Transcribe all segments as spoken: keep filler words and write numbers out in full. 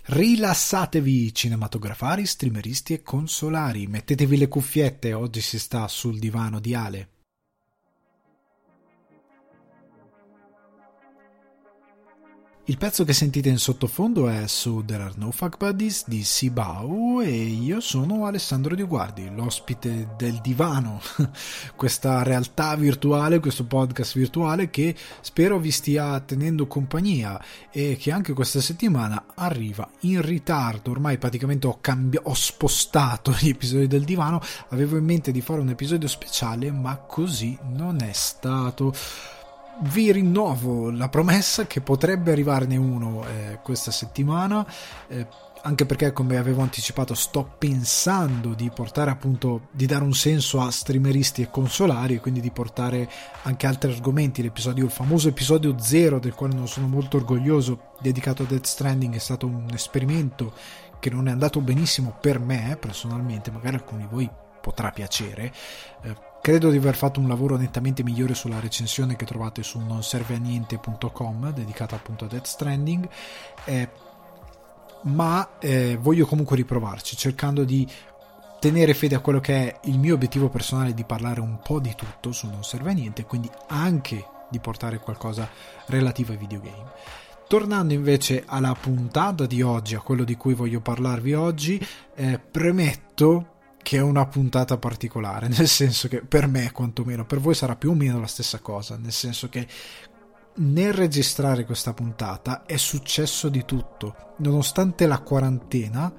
Rilassatevi cinematografari, streameristi e consolari, mettetevi le cuffiette, oggi si sta sul divano di Ale. Il pezzo che sentite in sottofondo è su There Are No Fuck Buddies di Sibau e io sono Alessandro Di Guardi, l'ospite del divano, questa realtà virtuale, questo podcast virtuale che spero vi stia tenendo compagnia e che anche questa settimana arriva in ritardo. Ormai praticamente ho, cambi- ho spostato gli episodi del divano, avevo in mente di fare un episodio speciale ma così non è stato. Vi rinnovo la promessa che potrebbe arrivarne uno eh, questa settimana, eh, anche perché, come avevo anticipato, sto pensando di portare appunto, di dare un senso a streameristi e consolari, e quindi di portare anche altri argomenti. L'episodio, il famoso episodio zero, del quale non sono molto orgoglioso, dedicato a Death Stranding, è stato un esperimento che non è andato benissimo per me personalmente, magari a alcuni di voi potrà piacere. eh, Credo di aver fatto un lavoro nettamente migliore sulla recensione che trovate su non serve a niente punto com, dedicata appunto a Death Stranding, eh, ma eh, voglio comunque riprovarci, cercando di tenere fede a quello che è il mio obiettivo personale di parlare un po' di tutto su non serve a niente, quindi anche di portare qualcosa relativo ai videogame. Tornando invece alla puntata di oggi, a quello di cui voglio parlarvi oggi, eh, premetto che è una puntata particolare, nel senso che per me quantomeno, per voi sarà più o meno la stessa cosa, nel senso che nel registrare questa puntata è successo di tutto. Nonostante la quarantena,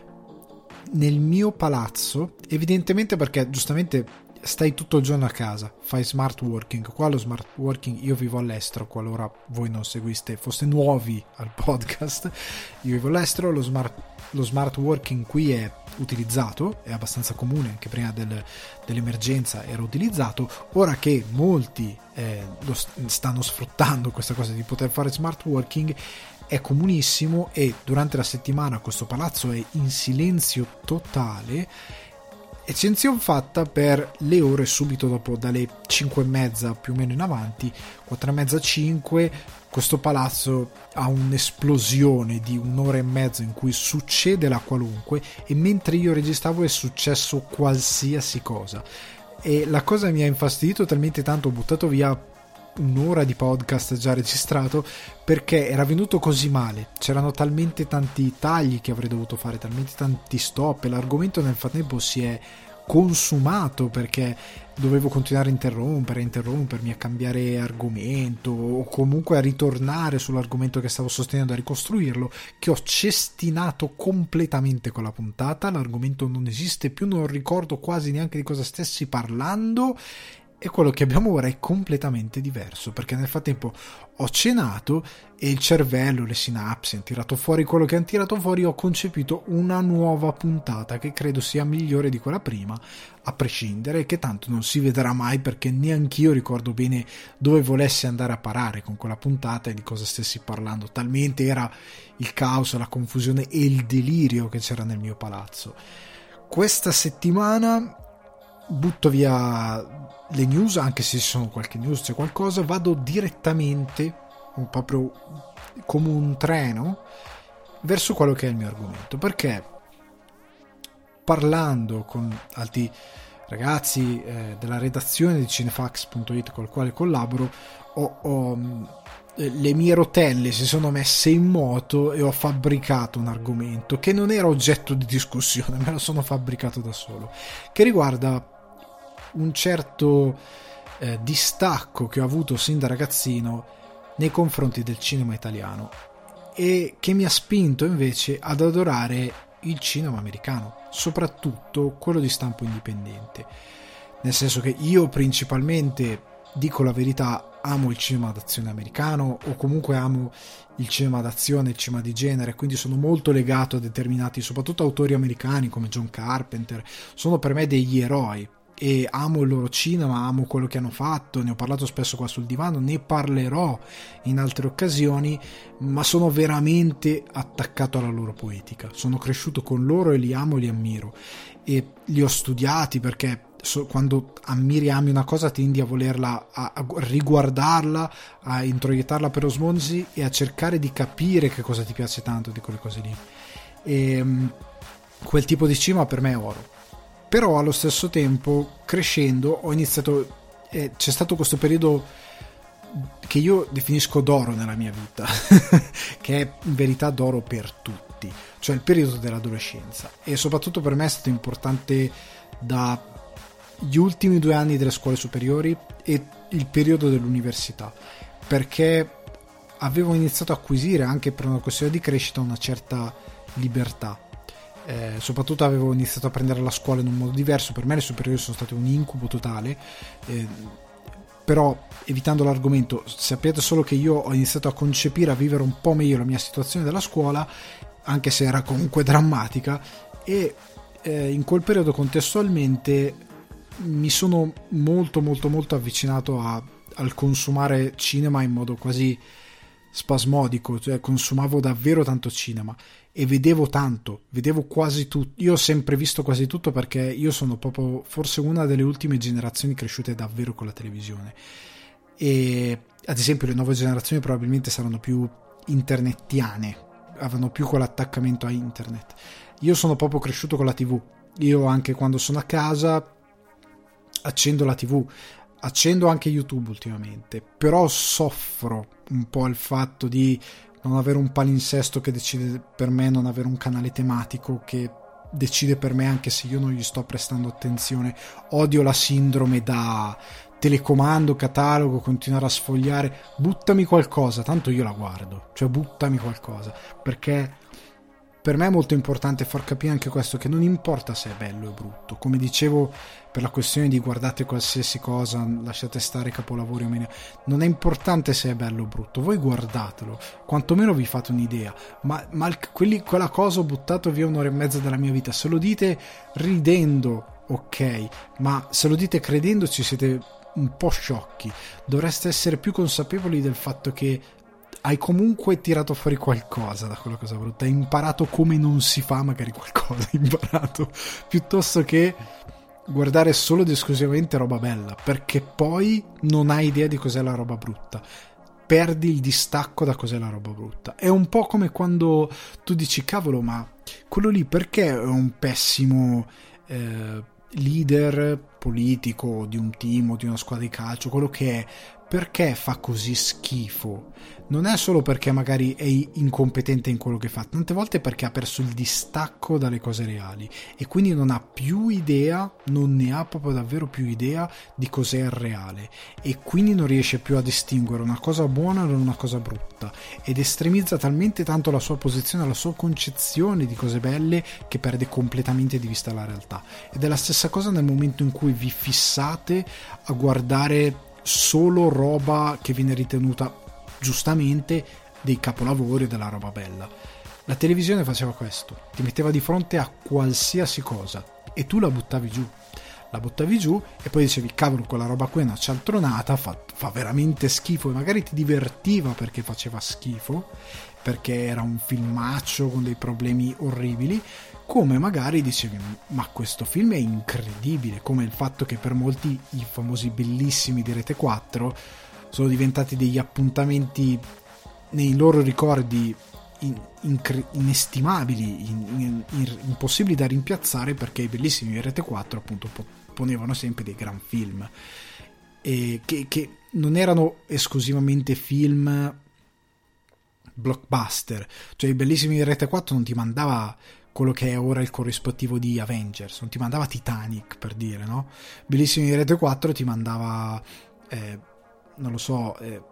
nel mio palazzo, evidentemente perché giustamente stai tutto il giorno a casa, fai smart working. Qua lo smart working, io vivo all'estero, qualora voi non seguiste, foste nuovi al podcast, io vivo all'estero, lo smart, lo smart working qui è utilizzato, è abbastanza comune, anche prima del, dell'emergenza era utilizzato. Ora che molti eh, lo stanno sfruttando questa cosa di poter fare smart working, è comunissimo, e durante la settimana questo palazzo è in silenzio totale, eccezione fatta per le ore subito dopo, dalle cinque e mezza più o meno in avanti, quattro e mezza, cinque, questo palazzo ha un'esplosione di un'ora e mezza in cui succede la qualunque, e mentre io registravo è successo qualsiasi cosa, e la cosa mi ha infastidito talmente tanto, ho buttato via un'ora di podcast già registrato, perché era venuto così male, c'erano talmente tanti tagli che avrei dovuto fare, talmente tanti stop, e l'argomento nel frattempo si è consumato perché dovevo continuare a interrompere, a interrompermi, a cambiare argomento o comunque a ritornare sull'argomento che stavo sostenendo, a ricostruirlo, che ho cestinato completamente con la puntata. L'argomento non esiste più, non ricordo quasi neanche di cosa stessi parlando, e quello che abbiamo ora è completamente diverso, perché nel frattempo ho cenato e il cervello, le sinapsi hanno tirato fuori quello che hanno tirato fuori, ho concepito una nuova puntata che credo sia migliore di quella prima, a prescindere, che tanto non si vedrà mai, perché neanch'io ricordo bene dove volessi andare a parare con quella puntata e di cosa stessi parlando, talmente era il caos, la confusione e il delirio che c'era nel mio palazzo. Questa settimana butto via le news, anche se ci sono qualche news, c'è qualcosa, vado direttamente, proprio come un treno, verso quello che è il mio argomento, perché parlando con altri ragazzi eh, della redazione di cinefax punto it con il quale collaboro, ho, ho le mie rotelle si sono messe in moto e ho fabbricato un argomento che non era oggetto di discussione, me lo sono fabbricato da solo, che riguarda un certo eh, distacco che ho avuto sin da ragazzino nei confronti del cinema italiano, e che mi ha spinto invece ad adorare il cinema americano, soprattutto quello di stampo indipendente, nel senso che io principalmente, dico la verità, amo il cinema d'azione americano, o comunque amo il cinema d'azione, il cinema di genere, quindi sono molto legato a determinati, soprattutto autori americani come John Carpenter, sono per me degli eroi, e amo il loro cinema, amo quello che hanno fatto, ne ho parlato spesso qua sul divano, ne parlerò in altre occasioni, ma sono veramente attaccato alla loro poetica, sono cresciuto con loro e li amo e li ammiro, e li ho studiati perché so, quando ammiri e ami una cosa tendi a volerla, a, a riguardarla, a introiettarla per osmosi e a cercare di capire che cosa ti piace tanto di quelle cose lì. E quel tipo di cinema per me è oro. Però allo stesso tempo, crescendo, ho iniziato, eh, c'è stato questo periodo che io definisco d'oro nella mia vita che è in verità d'oro per tutti, cioè il periodo dell'adolescenza, e soprattutto per me è stato importante dagli ultimi due anni delle scuole superiori e il periodo dell'università, perché avevo iniziato a acquisire, anche per una questione di crescita, una certa libertà. Eh, soprattutto avevo iniziato a prendere la scuola in un modo diverso. Per me le superiori sono state un incubo totale, eh, però evitando l'argomento, sappiate solo che io ho iniziato a concepire, a vivere un po' meglio la mia situazione della scuola, anche se era comunque drammatica, e eh, in quel periodo contestualmente mi sono molto molto molto avvicinato a, al consumare cinema in modo quasi spasmodico, cioè consumavo davvero tanto cinema e vedevo tanto, vedevo quasi tutto. Io ho sempre visto quasi tutto, perché io sono proprio forse una delle ultime generazioni cresciute davvero con la televisione, e ad esempio le nuove generazioni probabilmente saranno più internetiane, avranno più quell'attaccamento a internet. Io sono proprio cresciuto con la tivù. Io anche quando sono a casa accendo la tivù, accendo anche YouTube ultimamente, però soffro un po' il fatto di non avere un palinsesto che decide per me, non avere un canale tematico che decide per me anche se io non gli sto prestando attenzione. Odio la sindrome da telecomando, catalogo, continuare a sfogliare. Buttami qualcosa, tanto io la guardo, cioè buttami qualcosa, perché per me è molto importante far capire anche questo, che non importa se è bello o brutto. Come dicevo per la questione di guardate qualsiasi cosa, lasciate stare capolavori o meno, non è importante se è bello o brutto, voi guardatelo, quantomeno vi fate un'idea. Ma, ma quelli, quella cosa ho buttato via un'ora e mezza della mia vita, se lo dite ridendo ok, ma se lo dite credendoci siete un po' sciocchi. Dovreste essere più consapevoli del fatto che hai comunque tirato fuori qualcosa da quella cosa brutta, hai imparato come non si fa magari qualcosa, hai imparato, piuttosto che guardare solo ed esclusivamente roba bella, perché poi non hai idea di cos'è la roba brutta, perdi il distacco da cos'è la roba brutta. È un po' come quando tu dici cavolo, ma quello lì perché è un pessimo eh, leader politico di un team o di una squadra di calcio, quello che è, perché fa così schifo? Non è solo perché magari è incompetente in quello che fa, tante volte perché ha perso il distacco dalle cose reali e quindi non ha più idea, non ne ha proprio davvero più idea di cos'è il reale, e quindi non riesce più a distinguere una cosa buona da una cosa brutta, ed estremizza talmente tanto la sua posizione, la sua concezione di cose belle, che perde completamente di vista la realtà. Ed è la stessa cosa nel momento in cui vi fissate a guardare solo roba che viene ritenuta giustamente dei capolavori, della roba bella. La televisione faceva questo, ti metteva di fronte a qualsiasi cosa e tu la buttavi giù la buttavi giù e poi dicevi cavolo, quella roba qui è una cialtronata, fa, fa veramente schifo, e magari ti divertiva perché faceva schifo, perché era un filmaccio con dei problemi orribili, come magari dicevi ma questo film è incredibile, come il fatto che per molti i famosi bellissimi di Rete quattro sono diventati degli appuntamenti nei loro ricordi in, in, inestimabili, in, in, in, impossibili da rimpiazzare, perché i bellissimi di Rete quattro appunto ponevano sempre dei gran film, e che, che non erano esclusivamente film blockbuster, cioè i bellissimi di Rete quattro non ti mandava quello che è ora il corrispettivo di Avengers, non ti mandava Titanic, per dire, no? Bellissimi di Rete quattro ti mandava eh, non lo so eh,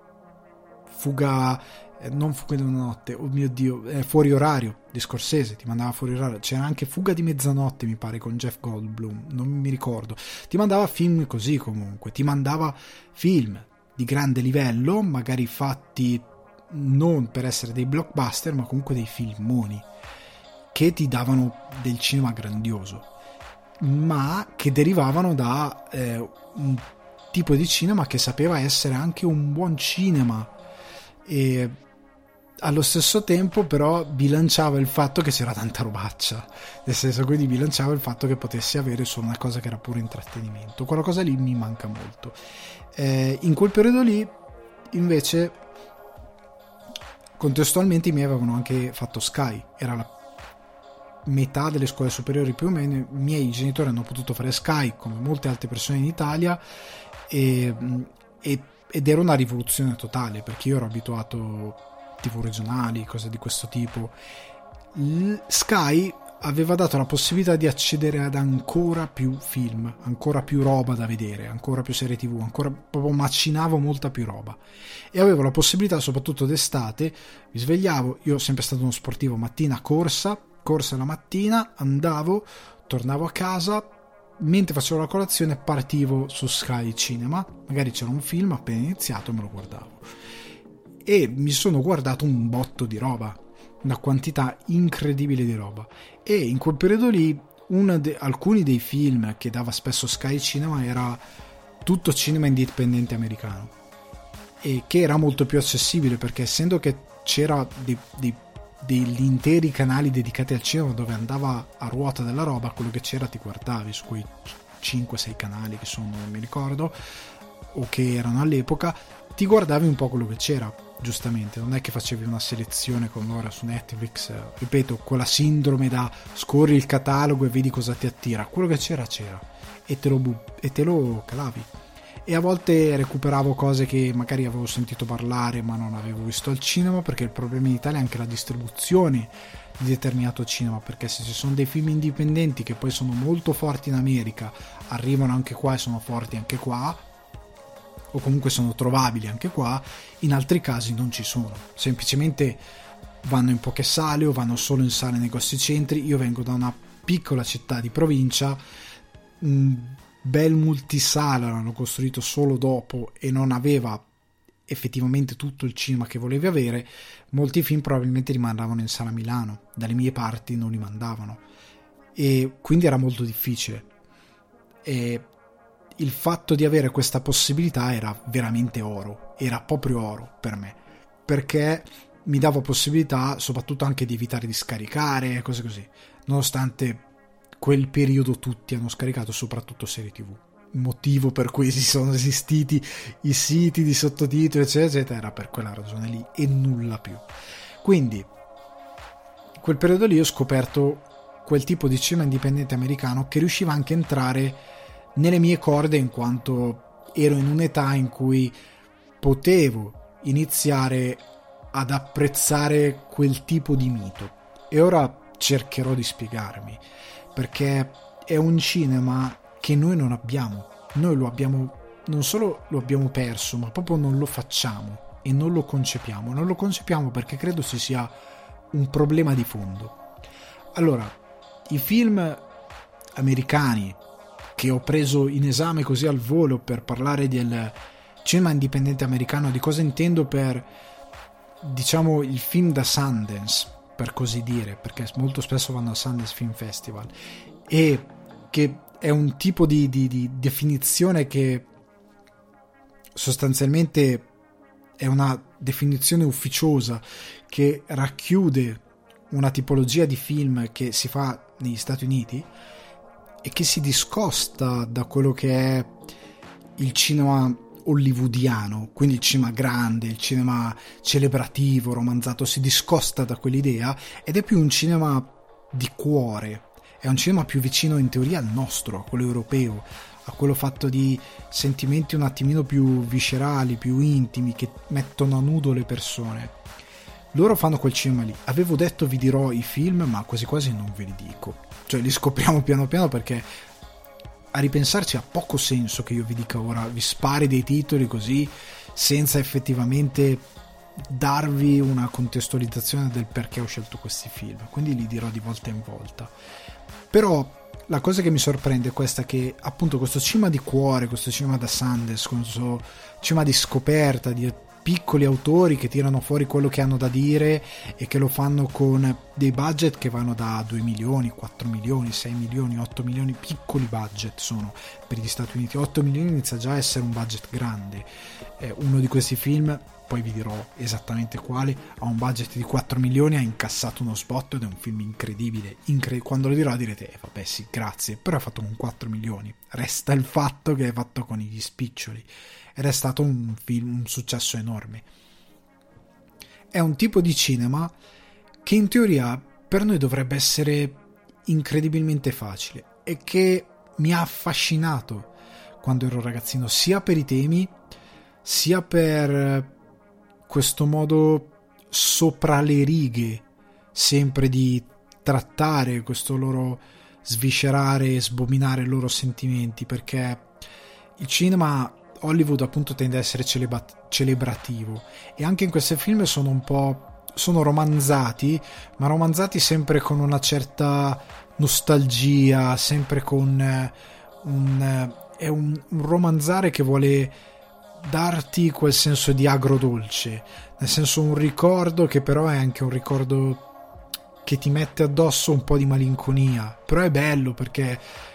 Fuga eh, non Fuga di una notte, oh mio Dio, eh, Fuori orario di Scorsese, ti mandava Fuori orario, c'era anche Fuga di mezzanotte mi pare con Jeff Goldblum, non mi ricordo, ti mandava film così, comunque ti mandava film di grande livello, magari fatti non per essere dei blockbuster ma comunque dei filmoni che ti davano del cinema grandioso, ma che derivavano da eh, un tipo di cinema che sapeva essere anche un buon cinema. E allo stesso tempo però bilanciava il fatto che c'era tanta robaccia, nel senso, quindi bilanciava il fatto che potessi avere solo una cosa che era puro intrattenimento. Quella cosa lì mi manca molto. Eh, in quel periodo lì invece contestualmente i miei avevano anche fatto Sky, era la metà delle scuole superiori più o meno, i miei genitori hanno potuto fare Sky come molte altre persone in Italia, e, e, ed era una rivoluzione totale, perché io ero abituato a tivù regionali, cose di questo tipo. L- Sky aveva dato la possibilità di accedere ad ancora più film, ancora più roba da vedere, ancora più serie tv, ancora proprio macinavo molta più roba, e avevo la possibilità, soprattutto d'estate, mi svegliavo, io sempre stato uno sportivo, mattina corsa corsa la mattina, andavo, tornavo a casa, mentre facevo la colazione partivo su Sky Cinema, magari c'era un film appena iniziato, me lo guardavo, e mi sono guardato un botto di roba, una quantità incredibile di roba. E in quel periodo lì de- alcuni dei film che dava spesso Sky Cinema era tutto cinema indipendente americano, e che era molto più accessibile, perché essendo che c'era dei, dei degli interi canali dedicati al cinema dove andava a ruota della roba, quello che c'era ti guardavi su quei cinque sei canali che sono, non mi ricordo, o che erano all'epoca, ti guardavi un po' quello che c'era, giustamente, non è che facevi una selezione come ora su Netflix, ripeto, quella sindrome da scorri il catalogo e vedi cosa ti attira, quello che c'era c'era, e te lo, bu- e te lo calavi. E a volte recuperavo cose che magari avevo sentito parlare ma non avevo visto al cinema, perché il problema in Italia è anche la distribuzione di determinato cinema, perché se ci sono dei film indipendenti che poi sono molto forti in America, arrivano anche qua e sono forti anche qua, o comunque sono trovabili anche qua, in altri casi non ci sono, semplicemente vanno in poche sale o vanno solo in sale negozi centri. Io vengo da una piccola città di provincia, mh, bel multisala l'hanno costruito solo dopo e non aveva effettivamente tutto il cinema che volevi avere. Molti film probabilmente li mandavano in sala a Milano, dalle mie parti non li mandavano, e quindi era molto difficile, e il fatto di avere questa possibilità era veramente oro, era proprio oro per me, perché mi dava possibilità soprattutto anche di evitare di scaricare cose così, nonostante quel periodo tutti hanno scaricato soprattutto serie tv, motivo per cui si sono esistiti i siti di sottotitoli eccetera eccetera, era per quella ragione lì e nulla più. Quindi in quel periodo lì ho scoperto quel tipo di cinema indipendente americano che riusciva anche a entrare nelle mie corde, in quanto ero in un'età in cui potevo iniziare ad apprezzare quel tipo di mito, e ora cercherò di spiegarmi, perché è un cinema che noi non abbiamo, noi lo abbiamo, non solo lo abbiamo perso, ma proprio non lo facciamo e non lo concepiamo, non lo concepiamo perché credo ci sia un problema di fondo. Allora, i film americani che ho preso in esame così al volo per parlare del cinema indipendente americano, di cosa intendo per, diciamo, il film da Sundance, per così dire, perché molto spesso vanno al Sundance Film Festival, e che è un tipo di, di, di definizione che sostanzialmente è una definizione ufficiosa che racchiude una tipologia di film che si fa negli Stati Uniti e che si discosta da quello che è il cinema hollywoodiano, quindi il cinema grande, il cinema celebrativo, romanzato, si discosta da quell'idea ed è più un cinema di cuore, è un cinema più vicino in teoria al nostro, a quello europeo, a quello fatto di sentimenti un attimino più viscerali, più intimi, che mettono a nudo le persone. Loro fanno quel cinema lì. Avevo detto vi dirò i film, ma quasi quasi non ve li dico, cioè li scopriamo piano piano, perché a ripensarci ha poco senso che io vi dica ora, vi spari dei titoli così senza effettivamente darvi una contestualizzazione del perché ho scelto questi film, quindi li dirò di volta in volta. Però la cosa che mi sorprende è questa, che appunto questo cinema di cuore, questo cinema da Sundance, questo cinema di scoperta, di piccoli autori che tirano fuori quello che hanno da dire e che lo fanno con dei budget che vanno da due milioni, quattro milioni, sei milioni, otto milioni, piccoli budget sono per gli Stati Uniti. Otto milioni inizia già a essere un budget grande, eh, uno di questi film, poi vi dirò esattamente quali, ha un budget di quattro milioni, ha incassato uno spot ed è un film incredibile. Incre- quando lo dirò direte, eh, vabbè sì, grazie, però è fatto con quattro milioni. Resta il fatto che è fatto con gli spiccioli ed è stato un film, un successo enorme. È un tipo di cinema che in teoria per noi dovrebbe essere incredibilmente facile e che mi ha affascinato quando ero ragazzino, sia per i temi, sia per questo modo sopra le righe sempre di trattare, questo loro sviscerare e sbominare i loro sentimenti, perché il cinema Hollywood appunto tende a essere celebra- celebrativo e anche in questi film sono un po' sono romanzati, ma romanzati sempre con una certa nostalgia, sempre con eh, un è un, un romanzare che vuole darti quel senso di agrodolce, nel senso un ricordo che però è anche un ricordo che ti mette addosso un po' di malinconia, però è bello perché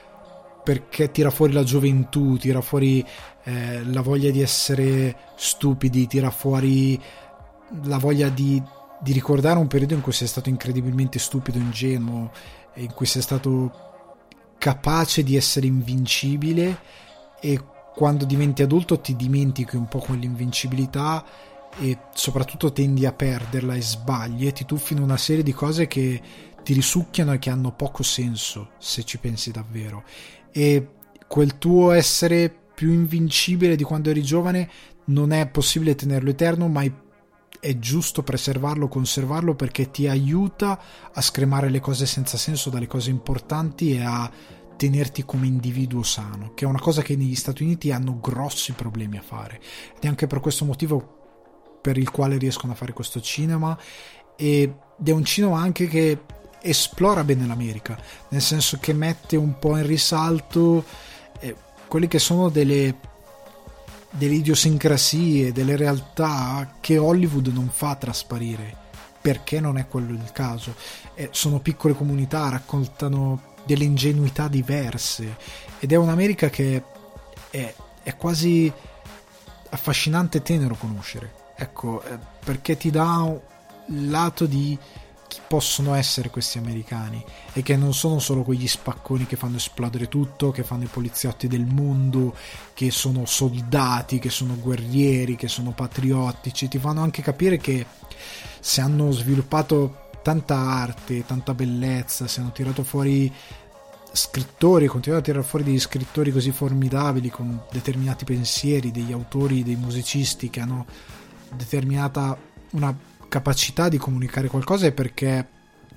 perché tira fuori la gioventù, tira fuori eh, la voglia di essere stupidi, tira fuori la voglia di, di ricordare un periodo in cui sei stato incredibilmente stupido, ingenuo, in cui sei stato capace di essere invincibile, e quando diventi adulto ti dimentichi un po' quell'invincibilità e soprattutto tendi a perderla e sbagli e ti tuffi in una serie di cose che ti risucchiano e che hanno poco senso se ci pensi davvero, e quel tuo essere più invincibile di quando eri giovane non è possibile tenerlo eterno, ma è giusto preservarlo, conservarlo, perché ti aiuta a scremare le cose senza senso dalle cose importanti e a tenerti come individuo sano, che è una cosa che negli Stati Uniti hanno grossi problemi a fare, ed è anche per questo motivo per il quale riescono a fare questo cinema, ed è un cinema anche che esplora bene l'America, nel senso che mette un po' in risalto eh, quelle che sono delle delle idiosincrasie, delle realtà che Hollywood non fa trasparire, perché non è quello il caso. Eh, sono piccole comunità, raccontano delle ingenuità diverse, ed è un'America che è, è quasi affascinante e tenero conoscere, ecco, eh, perché ti dà un lato di chi possono essere questi americani, e che non sono solo quegli spacconi che fanno esplodere tutto, che fanno i poliziotti del mondo, che sono soldati, che sono guerrieri, che sono patriottici. Ti fanno anche capire che se hanno sviluppato tanta arte, tanta bellezza, se hanno tirato fuori scrittori, continuano a tirare fuori degli scrittori così formidabili con determinati pensieri, degli autori, dei musicisti che hanno determinata una capacità di comunicare qualcosa, è perché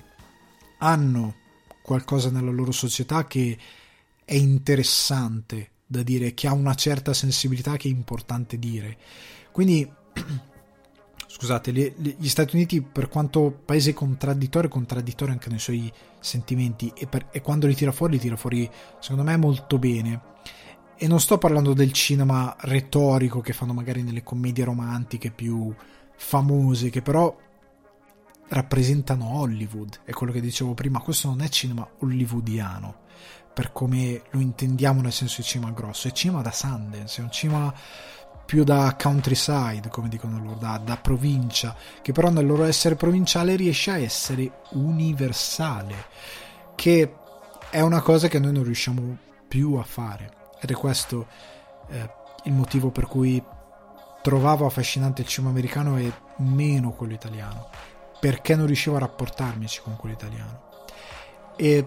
hanno qualcosa nella loro società che è interessante da dire, che ha una certa sensibilità che è importante dire. Quindi scusate, gli Stati Uniti, per quanto paese contraddittorio, è contraddittorio anche nei suoi sentimenti, e, per, e quando li tira fuori li tira fuori secondo me molto bene. E non sto parlando del cinema retorico che fanno magari nelle commedie romantiche più famose, che però rappresentano Hollywood. È quello che dicevo prima, questo non è cinema hollywoodiano per come lo intendiamo nel senso di cinema grosso, è cinema da Sundance, è un cinema più da countryside, come dicono loro, da, da provincia, che però nel loro essere provinciale riesce a essere universale, che è una cosa che noi non riusciamo più a fare, ed è questo eh, il motivo per cui trovavo affascinante il cinema americano e meno quello italiano, perché non riuscivo a rapportarmici con quello italiano. E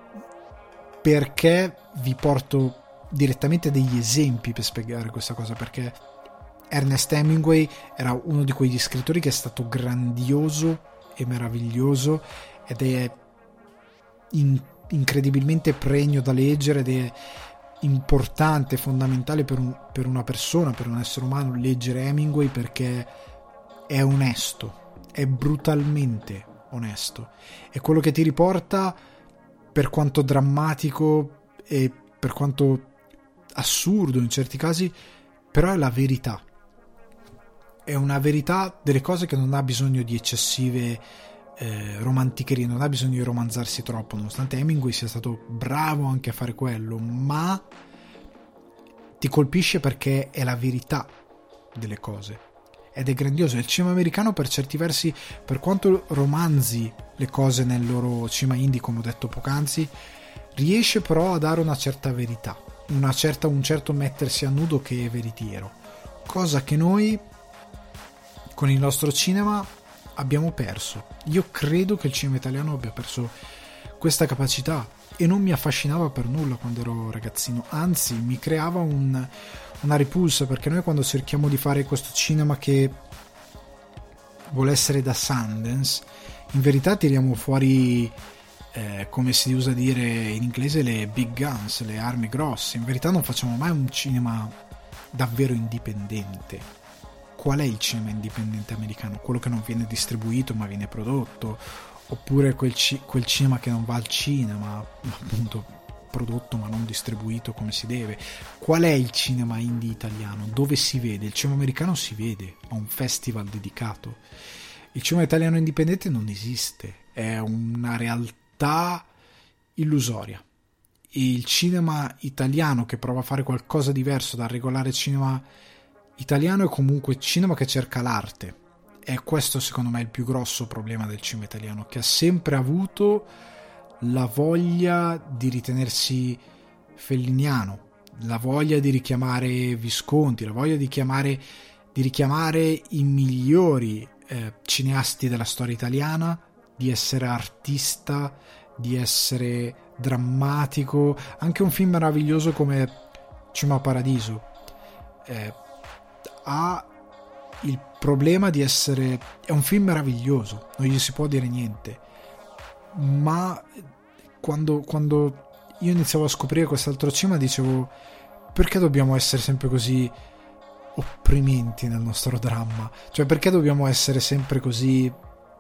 perché vi porto direttamente degli esempi per spiegare questa cosa, perché Ernest Hemingway era uno di quegli scrittori che è stato grandioso e meraviglioso, ed è in- incredibilmente pregno da leggere, ed è importante, fondamentale per, un, per una persona, per un essere umano, leggere Hemingway, perché è onesto, è brutalmente onesto, è quello che ti riporta, per quanto drammatico e per quanto assurdo in certi casi, però è la verità, è una verità delle cose che non ha bisogno di eccessive eh, romanticherie, non ha bisogno di romanzarsi troppo, nonostante Hemingway sia stato bravo anche a fare quello, ma ti colpisce perché è la verità delle cose ed è grandioso. Il cinema americano, per certi versi, per quanto romanzi le cose nel loro cinema indie, come ho detto poc'anzi, riesce però a dare una certa verità, una certa, un certo mettersi a nudo che è veritiero, cosa che noi con il nostro cinema abbiamo perso. Io credo che il cinema italiano abbia perso questa capacità e non mi affascinava per nulla quando ero ragazzino, anzi mi creava un, una repulsa, perché noi quando cerchiamo di fare questo cinema che vuole essere da Sundance, in verità tiriamo fuori eh, come si usa dire in inglese, le big guns, le armi grosse. In verità non facciamo mai un cinema davvero indipendente. Qual è il cinema indipendente americano? Quello che non viene distribuito ma viene prodotto, oppure quel, ci- quel cinema che non va al cinema, ma appunto prodotto ma non distribuito come si deve. Qual è il cinema indie italiano? Dove si vede? Il cinema americano si vede, ha un festival dedicato. Il cinema italiano indipendente non esiste, è una realtà illusoria. Il cinema italiano che prova a fare qualcosa diverso dal regolare cinema italiano è comunque cinema che cerca l'arte. E questo secondo me è il più grosso problema del cinema italiano, che ha sempre avuto la voglia di ritenersi felliniano, la voglia di richiamare Visconti, la voglia di, chiamare, di richiamare i migliori eh, cineasti della storia italiana, di essere artista, di essere drammatico. Anche un film meraviglioso come Cinema Paradiso eh, ha il problema di essere, è un film meraviglioso, non gli si può dire niente, ma quando, quando io iniziavo a scoprire quest'altro cinema dicevo: perché dobbiamo essere sempre così opprimenti nel nostro dramma? Cioè, perché dobbiamo essere sempre così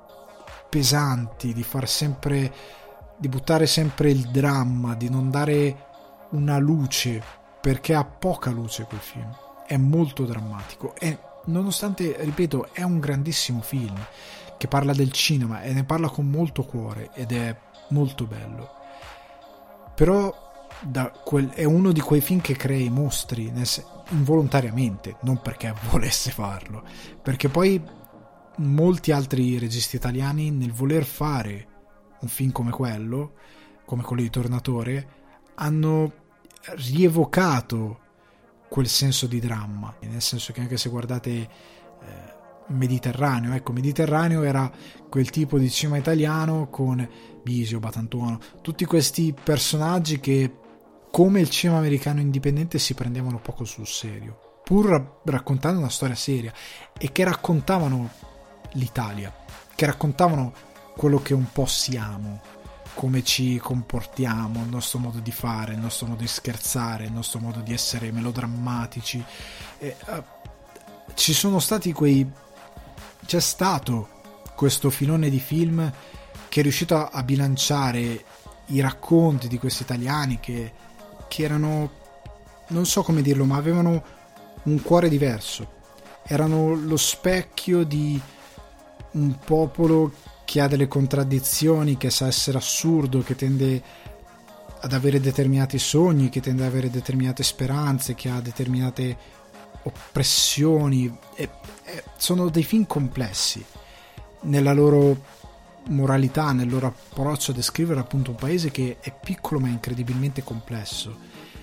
pesanti, di far sempre, di buttare sempre il dramma, di non dare una luce, perché ha poca luce quel film, è molto drammatico. E nonostante, ripeto, è un grandissimo film che parla del cinema e ne parla con molto cuore ed è molto bello, però da quel, è uno di quei film che crea i mostri nel, involontariamente, non perché volesse farlo, perché poi molti altri registi italiani, nel voler fare un film come quello, come quello di Tornatore, hanno rievocato quel senso di dramma, nel senso che anche se guardate eh, Mediterraneo, ecco, Mediterraneo era quel tipo di cinema italiano con Bisio, Batantuono, tutti questi personaggi che, come il cinema americano indipendente, si prendevano poco sul serio, pur raccontando una storia seria, e che raccontavano l'Italia, che raccontavano quello che un po' siamo, come ci comportiamo, il nostro modo di fare, il nostro modo di scherzare, il nostro modo di essere melodrammatici. E, uh, ci sono stati quei c'è stato questo filone di film che è riuscito a bilanciare i racconti di questi italiani che, che erano, non so come dirlo, ma avevano un cuore diverso, erano lo specchio di un popolo che ha delle contraddizioni, che sa essere assurdo, che tende ad avere determinati sogni, che tende ad avere determinate speranze, che ha determinate oppressioni. E, e sono dei film complessi nella loro moralità, nel loro approccio a descrivere appunto un paese che è piccolo ma incredibilmente complesso,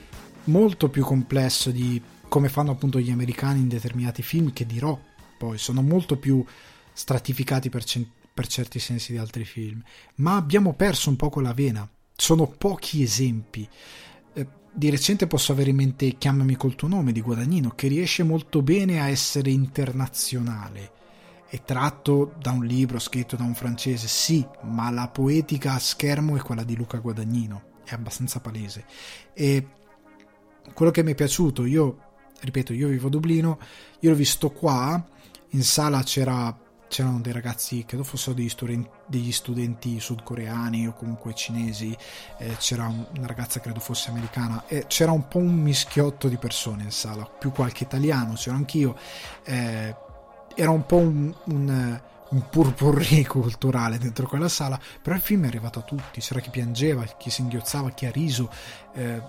molto più complesso di come fanno appunto gli americani in determinati film, che dirò poi sono molto più stratificati per cent- per certi sensi di altri film, ma abbiamo perso un po' quella vena. Sono pochi esempi. Eh, di recente posso avere in mente Chiamami col tuo nome di Guadagnino, che riesce molto bene a essere internazionale. È tratto da un libro scritto da un francese, sì, ma la poetica a schermo è quella di Luca Guadagnino, è abbastanza palese. E quello che mi è piaciuto, io ripeto, io vivo a Dublino, io l'ho visto qua, in sala c'era c'erano dei ragazzi, credo fossero degli studenti, degli studenti sudcoreani o comunque cinesi, eh, c'era una ragazza, credo fosse americana, e c'era un po' un mischiotto di persone in sala, più qualche italiano, c'ero anch'io, eh, era un po' un, un, un purpurri culturale dentro quella sala, però il film è arrivato a tutti, c'era chi piangeva, chi singhiozzava, chi ha riso, eh,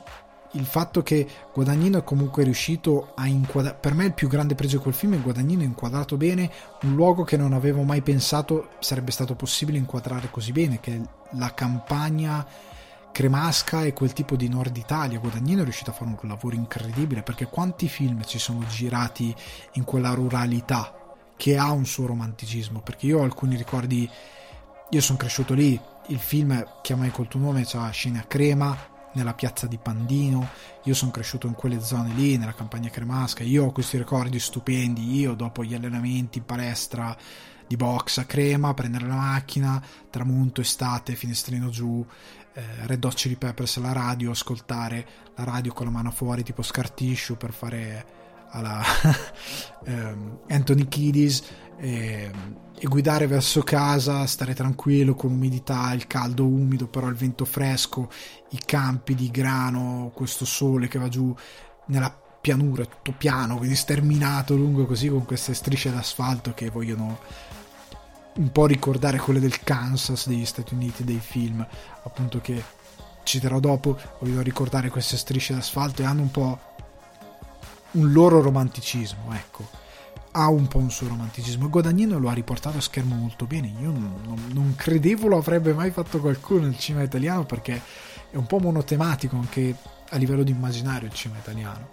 il fatto che Guadagnino è comunque riuscito a inquadrare, per me il più grande pregio di quel film è Guadagnino ha inquadrato bene un luogo che non avevo mai pensato sarebbe stato possibile inquadrare così bene, che è la campagna cremasca e quel tipo di Nord Italia. Guadagnino è riuscito a fare un lavoro incredibile, perché quanti film ci sono girati in quella ruralità che ha un suo romanticismo, perché io ho alcuni ricordi, io sono cresciuto lì, il film Chiamami col tuo nome c'ha scene a Crema, nella piazza di Pandino, io sono cresciuto in quelle zone lì, nella campagna cremasca, io ho questi ricordi stupendi, io dopo gli allenamenti in palestra di box a Crema, prendere la macchina, tramonto, estate, finestrino giù, eh, Red Hot Chili Peppers alla radio, ascoltare la radio con la mano fuori tipo Scar Tissue per fare alla um, Anthony Kiedis e, e guidare verso casa, stare tranquillo con umidità, il caldo umido però il vento fresco, i campi di grano, questo sole che va giù nella pianura, tutto piano, quindi sterminato lungo così con queste strisce d'asfalto che vogliono un po' ricordare quelle del Kansas degli Stati Uniti, dei film appunto che citerò dopo, vogliono ricordare queste strisce d'asfalto e hanno un po' un loro romanticismo, ecco, ha un po' un suo romanticismo e Guadagnino lo ha riportato a schermo molto bene. Io non, non, non credevo lo avrebbe mai fatto qualcuno nel cinema italiano, perché è un po' monotematico anche a livello di immaginario il cinema italiano,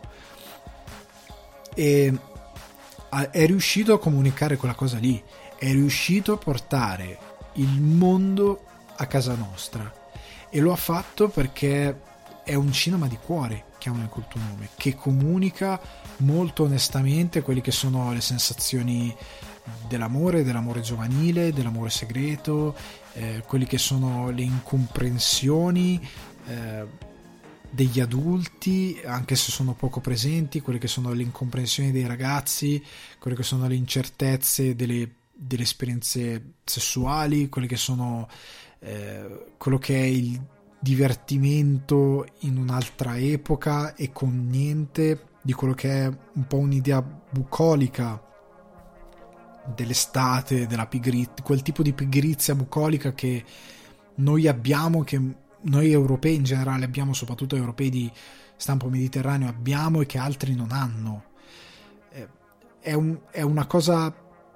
e è riuscito a comunicare quella cosa lì, è riuscito a portare il mondo a casa nostra e lo ha fatto perché è un cinema di cuore, Chiamami col tuo nome, che comunica molto onestamente quelle che sono le sensazioni dell'amore, dell'amore giovanile, dell'amore segreto, eh, quelle che sono le incomprensioni eh, degli adulti, anche se sono poco presenti, quelle che sono le incomprensioni dei ragazzi, quelle che sono le incertezze delle, delle esperienze sessuali, quelle che sono eh, quello che è il divertimento in un'altra epoca e con niente di quello che è un po' un'idea bucolica dell'estate, della pigrizia, quel tipo di pigrizia bucolica che noi abbiamo, che noi europei in generale abbiamo, soprattutto europei di stampo mediterraneo abbiamo e che altri non hanno. È, un, è una cosa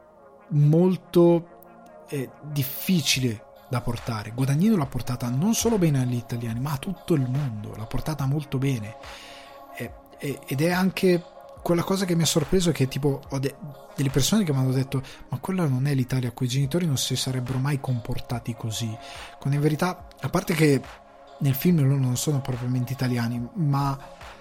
molto eh, difficile da portare. Guadagnino l'ha portata non solo bene agli italiani ma a tutto il mondo, l'ha portata molto bene, e, e, ed è anche quella cosa che mi ha sorpreso, che tipo ho de- delle persone che mi hanno detto ma quella non è l'Italia, quei genitori non si sarebbero mai comportati così, quando in verità, a parte che nel film loro non sono propriamente italiani, ma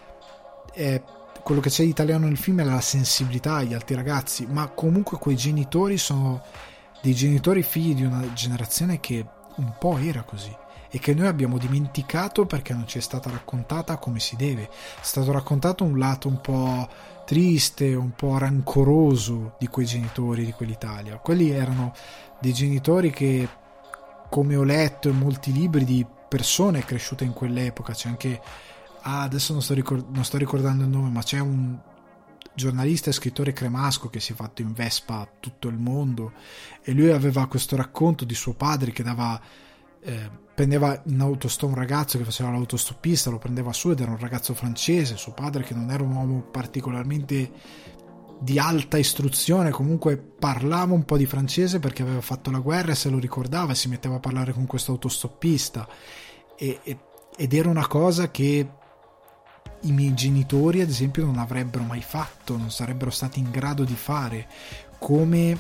è, quello che c'è di italiano nel film è la sensibilità agli altri ragazzi, ma comunque quei genitori sono dei genitori figli di una generazione che un po' era così e che noi abbiamo dimenticato perché non ci è stata raccontata come si deve. È stato raccontato un lato un po' triste, un po' rancoroso di quei genitori di quell'Italia. Quelli erano dei genitori che, come ho letto in molti libri di persone cresciute in quell'epoca, c'è anche ah, adesso non sto, ricord- non sto ricordando il nome, ma c'è un giornalista e scrittore cremasco che si è fatto in Vespa a tutto il mondo, e lui aveva questo racconto di suo padre che dava eh, prendeva in autostop un ragazzo che faceva l'autostoppista, lo prendeva su ed era un ragazzo francese, suo padre che non era un uomo particolarmente di alta istruzione, comunque parlava un po' di francese perché aveva fatto la guerra e se lo ricordava e si metteva a parlare con questo autostoppista, e, e, ed era una cosa che i miei genitori ad esempio non avrebbero mai fatto, non sarebbero stati in grado di fare, come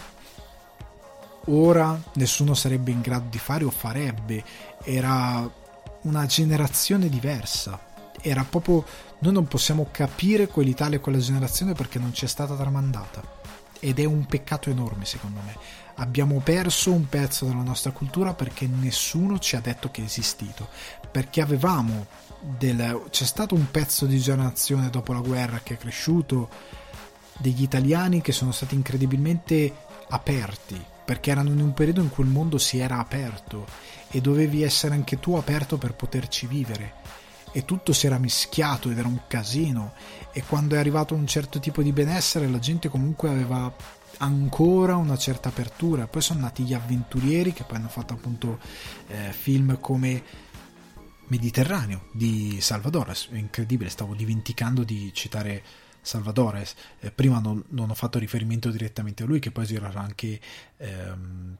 ora nessuno sarebbe in grado di fare o farebbe. Era una generazione diversa, era proprio, noi non possiamo capire quell'Italia e quella generazione perché non ci è stata tramandata, ed è un peccato enorme secondo me. Abbiamo perso un pezzo della nostra cultura perché nessuno ci ha detto che è esistito, perché avevamo del, c'è stato un pezzo di generazione dopo la guerra che è cresciuto, degli italiani che sono stati incredibilmente aperti, perché erano in un periodo in cui il mondo si era aperto e dovevi essere anche tu aperto per poterci vivere, e tutto si era mischiato ed era un casino, e quando è arrivato un certo tipo di benessere la gente comunque aveva ancora una certa apertura. Poi sono nati gli avventurieri che poi hanno fatto appunto eh, film come Mediterraneo di Salvador. È incredibile, stavo dimenticando di citare Salvador. Eh, prima non, non ho fatto riferimento direttamente a lui, che poi girerà anche ehm,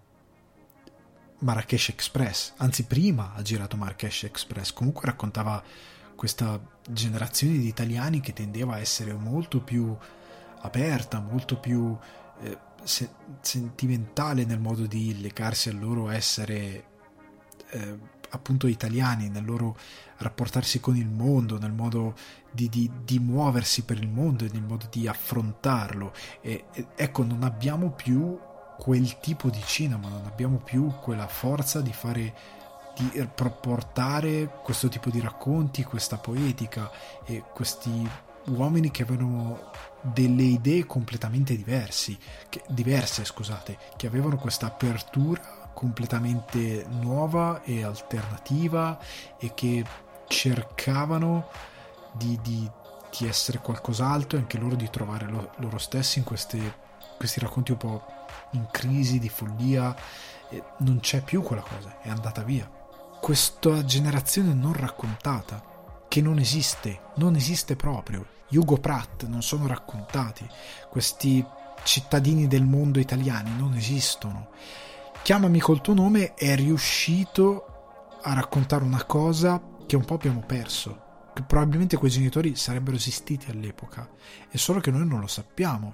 Marrakesh Express, anzi prima ha girato Marrakesh Express. Comunque raccontava questa generazione di italiani che tendeva a essere molto più aperta, molto più eh, se- sentimentale nel modo di legarsi al loro essere eh, appunto italiani, nel loro rapportarsi con il mondo, nel modo di, di, di muoversi per il mondo e nel modo di affrontarlo. E, e, ecco, non abbiamo più quel tipo di cinema, non abbiamo più quella forza di fare, di portare questo tipo di racconti, questa poetica, e questi uomini che avevano delle idee completamente diversi, che, diverse, scusate, che avevano questa apertura completamente nuova e alternativa, e che cercavano di, di, di essere qualcos'altro, e anche loro di trovare lo, loro stessi in queste, questi racconti un po' in crisi, di follia. E non c'è più quella cosa, è andata via. Questa generazione non raccontata, che non esiste, non esiste proprio. Hugo Pratt non sono raccontati, questi cittadini del mondo italiani non esistono. Chiamami col tuo nome è riuscito a raccontare una cosa che un po' abbiamo perso, che probabilmente quei genitori sarebbero esistiti all'epoca, è solo che noi non lo sappiamo.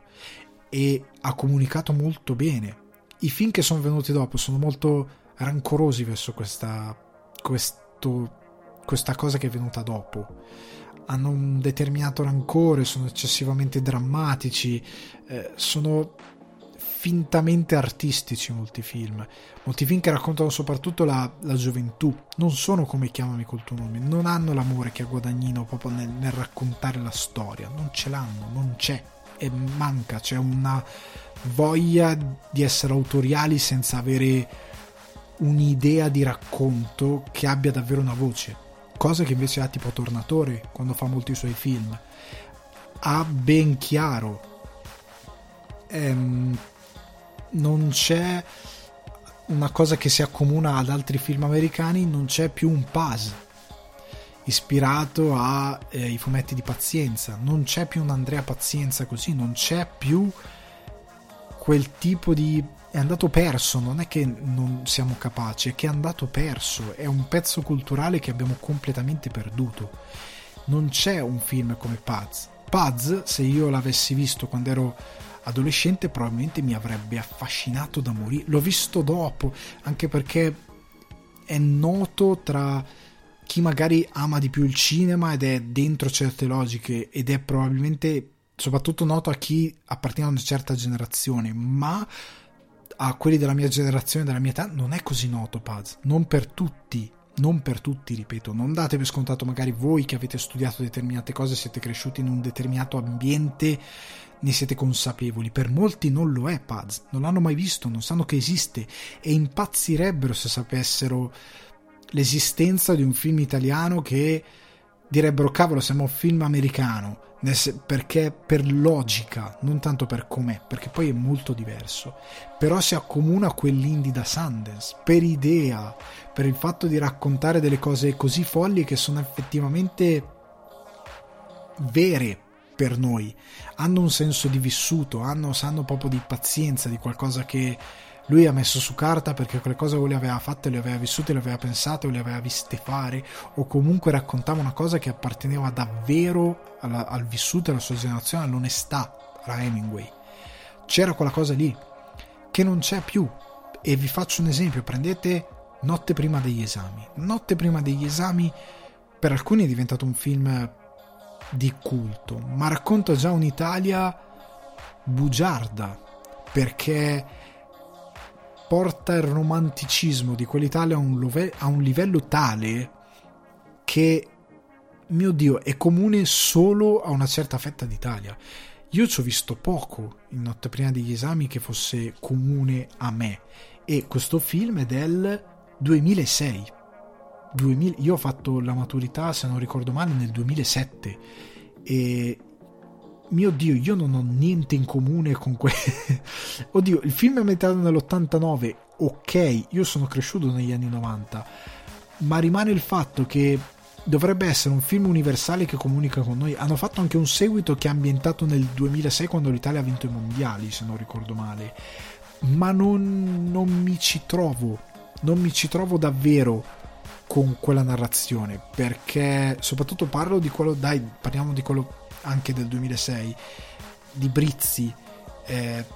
E ha comunicato molto bene. I film che sono venuti dopo sono molto rancorosi verso questa questo, questa cosa che è venuta dopo, hanno un determinato rancore, sono eccessivamente drammatici, eh, sono fintamente artistici molti film molti film che raccontano soprattutto la, la gioventù, non sono come Chiamami col tuo nome, non hanno l'amore che ha Guadagnino proprio nel, nel raccontare la storia, non ce l'hanno, non c'è, e manca, c'è una voglia di essere autoriali senza avere un'idea di racconto che abbia davvero una voce, cosa che invece ha tipo Tornatore quando fa molti suoi film, ha ben chiaro. Ehm, non c'è una cosa che si accomuna ad altri film americani, non c'è più un Paz ispirato ai eh, fumetti di Pazienza, non c'è più un Andrea Pazienza così, non c'è più quel tipo di... è andato perso, non è che non siamo capaci, è che è andato perso, è un pezzo culturale che abbiamo completamente perduto. Non c'è un film come Paz. Paz, se io l'avessi visto quando ero adolescente, probabilmente mi avrebbe affascinato da morire. L'ho visto dopo, anche perché è noto tra chi magari ama di più il cinema ed è dentro certe logiche, ed è probabilmente soprattutto noto a chi appartiene a una certa generazione, ma a quelli della mia generazione, della mia età, non è così noto Paz, non per tutti, non per tutti, ripeto, non date per scontato magari voi che avete studiato determinate cose, siete cresciuti in un determinato ambiente, ne siete consapevoli, per molti non lo è Paz, non l'hanno mai visto, non sanno che esiste, e impazzirebbero se sapessero l'esistenza di un film italiano, che direbbero cavolo, siamo un film americano, perché per logica, non tanto per com'è, perché poi è molto diverso, però si accomuna a quell'indie da Sundance per idea, per il fatto di raccontare delle cose così folli che sono effettivamente vere per noi, hanno un senso di vissuto, hanno, sanno proprio di pazienza, di qualcosa che lui ha messo su carta perché quelle cose o le aveva fatte, le aveva vissute, le aveva pensate o le aveva viste fare, o comunque raccontava una cosa che apparteneva davvero alla, al vissuto, alla sua generazione, all'onestà, alla Hemingway. C'era quella cosa lì che non c'è più. E vi faccio un esempio: prendete Notte prima degli esami. Notte prima degli esami per alcuni è diventato un film di culto, ma racconta già un'Italia bugiarda, perché porta il romanticismo di quell'Italia a un, love- a un livello tale che, mio Dio, è comune solo a una certa fetta d'Italia. Io ci ho visto poco in Notte prima degli esami che fosse comune a me, e questo film è del duemilasei. duemila Io ho fatto la maturità, se non ricordo male, nel duemilasette, e mio Dio, io non ho niente in comune con que... Oddio, il film è ambientato nell'ottantanove, ok, io sono cresciuto negli anni novanta, ma rimane il fatto che dovrebbe essere un film universale che comunica con noi. Hanno fatto anche un seguito che è ambientato nel duemilasei, quando l'Italia ha vinto i mondiali, se non ricordo male, ma non, non mi ci trovo non mi ci trovo davvero con quella narrazione, perché soprattutto parlo di quello, dai, parliamo di quello anche del duemilasei, di Brizzi. eh,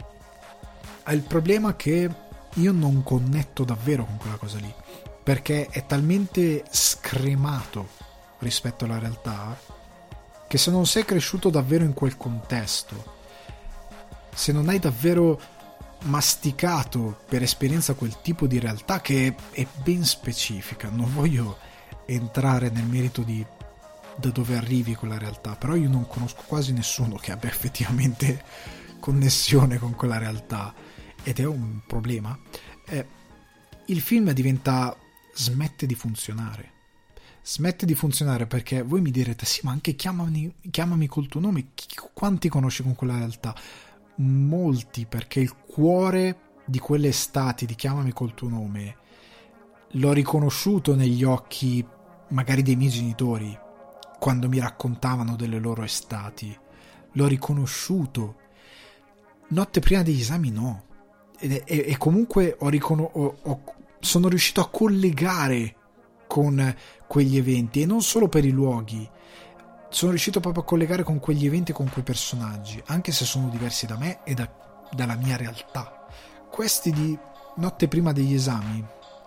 ha il problema che io non connetto davvero con quella cosa lì, perché è talmente scremato rispetto alla realtà che se non sei cresciuto davvero in quel contesto, se non hai davvero masticato per esperienza quel tipo di realtà che è ben specifica, non voglio entrare nel merito di da dove arrivi quella realtà, però io non conosco quasi nessuno che abbia effettivamente connessione con quella realtà, ed è un problema. Eh, il film diventa smette di funzionare smette di funzionare perché voi mi direte sì, ma anche chiamami, chiamami col tuo nome, chi, quanti conosci con quella realtà? Molti, perché il cuore di quelle estati di Chiamami col tuo nome l'ho riconosciuto negli occhi magari dei miei genitori quando mi raccontavano delle loro estati, l'ho riconosciuto. Notte prima degli esami no, e, e, e comunque ho riconos- ho, ho, sono riuscito a collegare con quegli eventi, e non solo per i luoghi, sono riuscito proprio a collegare con quegli eventi e con quei personaggi, anche se sono diversi da me e da, dalla mia realtà. Questi di Notte prima degli esami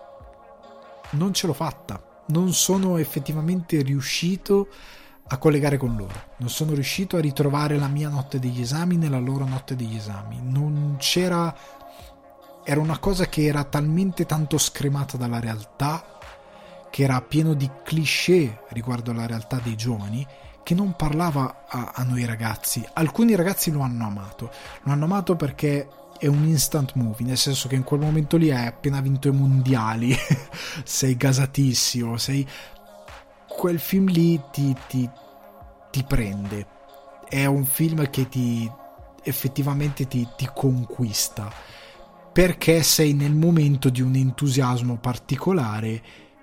non ce l'ho fatta, non sono effettivamente riuscito a collegare con loro, non sono riuscito a ritrovare la mia notte degli esami nella loro notte degli esami, non c'era, era una cosa che era talmente tanto scremata dalla realtà, che era pieno di cliché riguardo alla realtà dei giovani, che non parlava a, a noi ragazzi. Alcuni ragazzi lo hanno amato, lo hanno amato perché è un instant movie, nel senso che in quel momento lì hai appena vinto i mondiali, sei gasatissimo, sei... quel film lì ti, ti, ti prende, è un film che ti effettivamente ti, ti conquista, perché sei nel momento di un entusiasmo particolare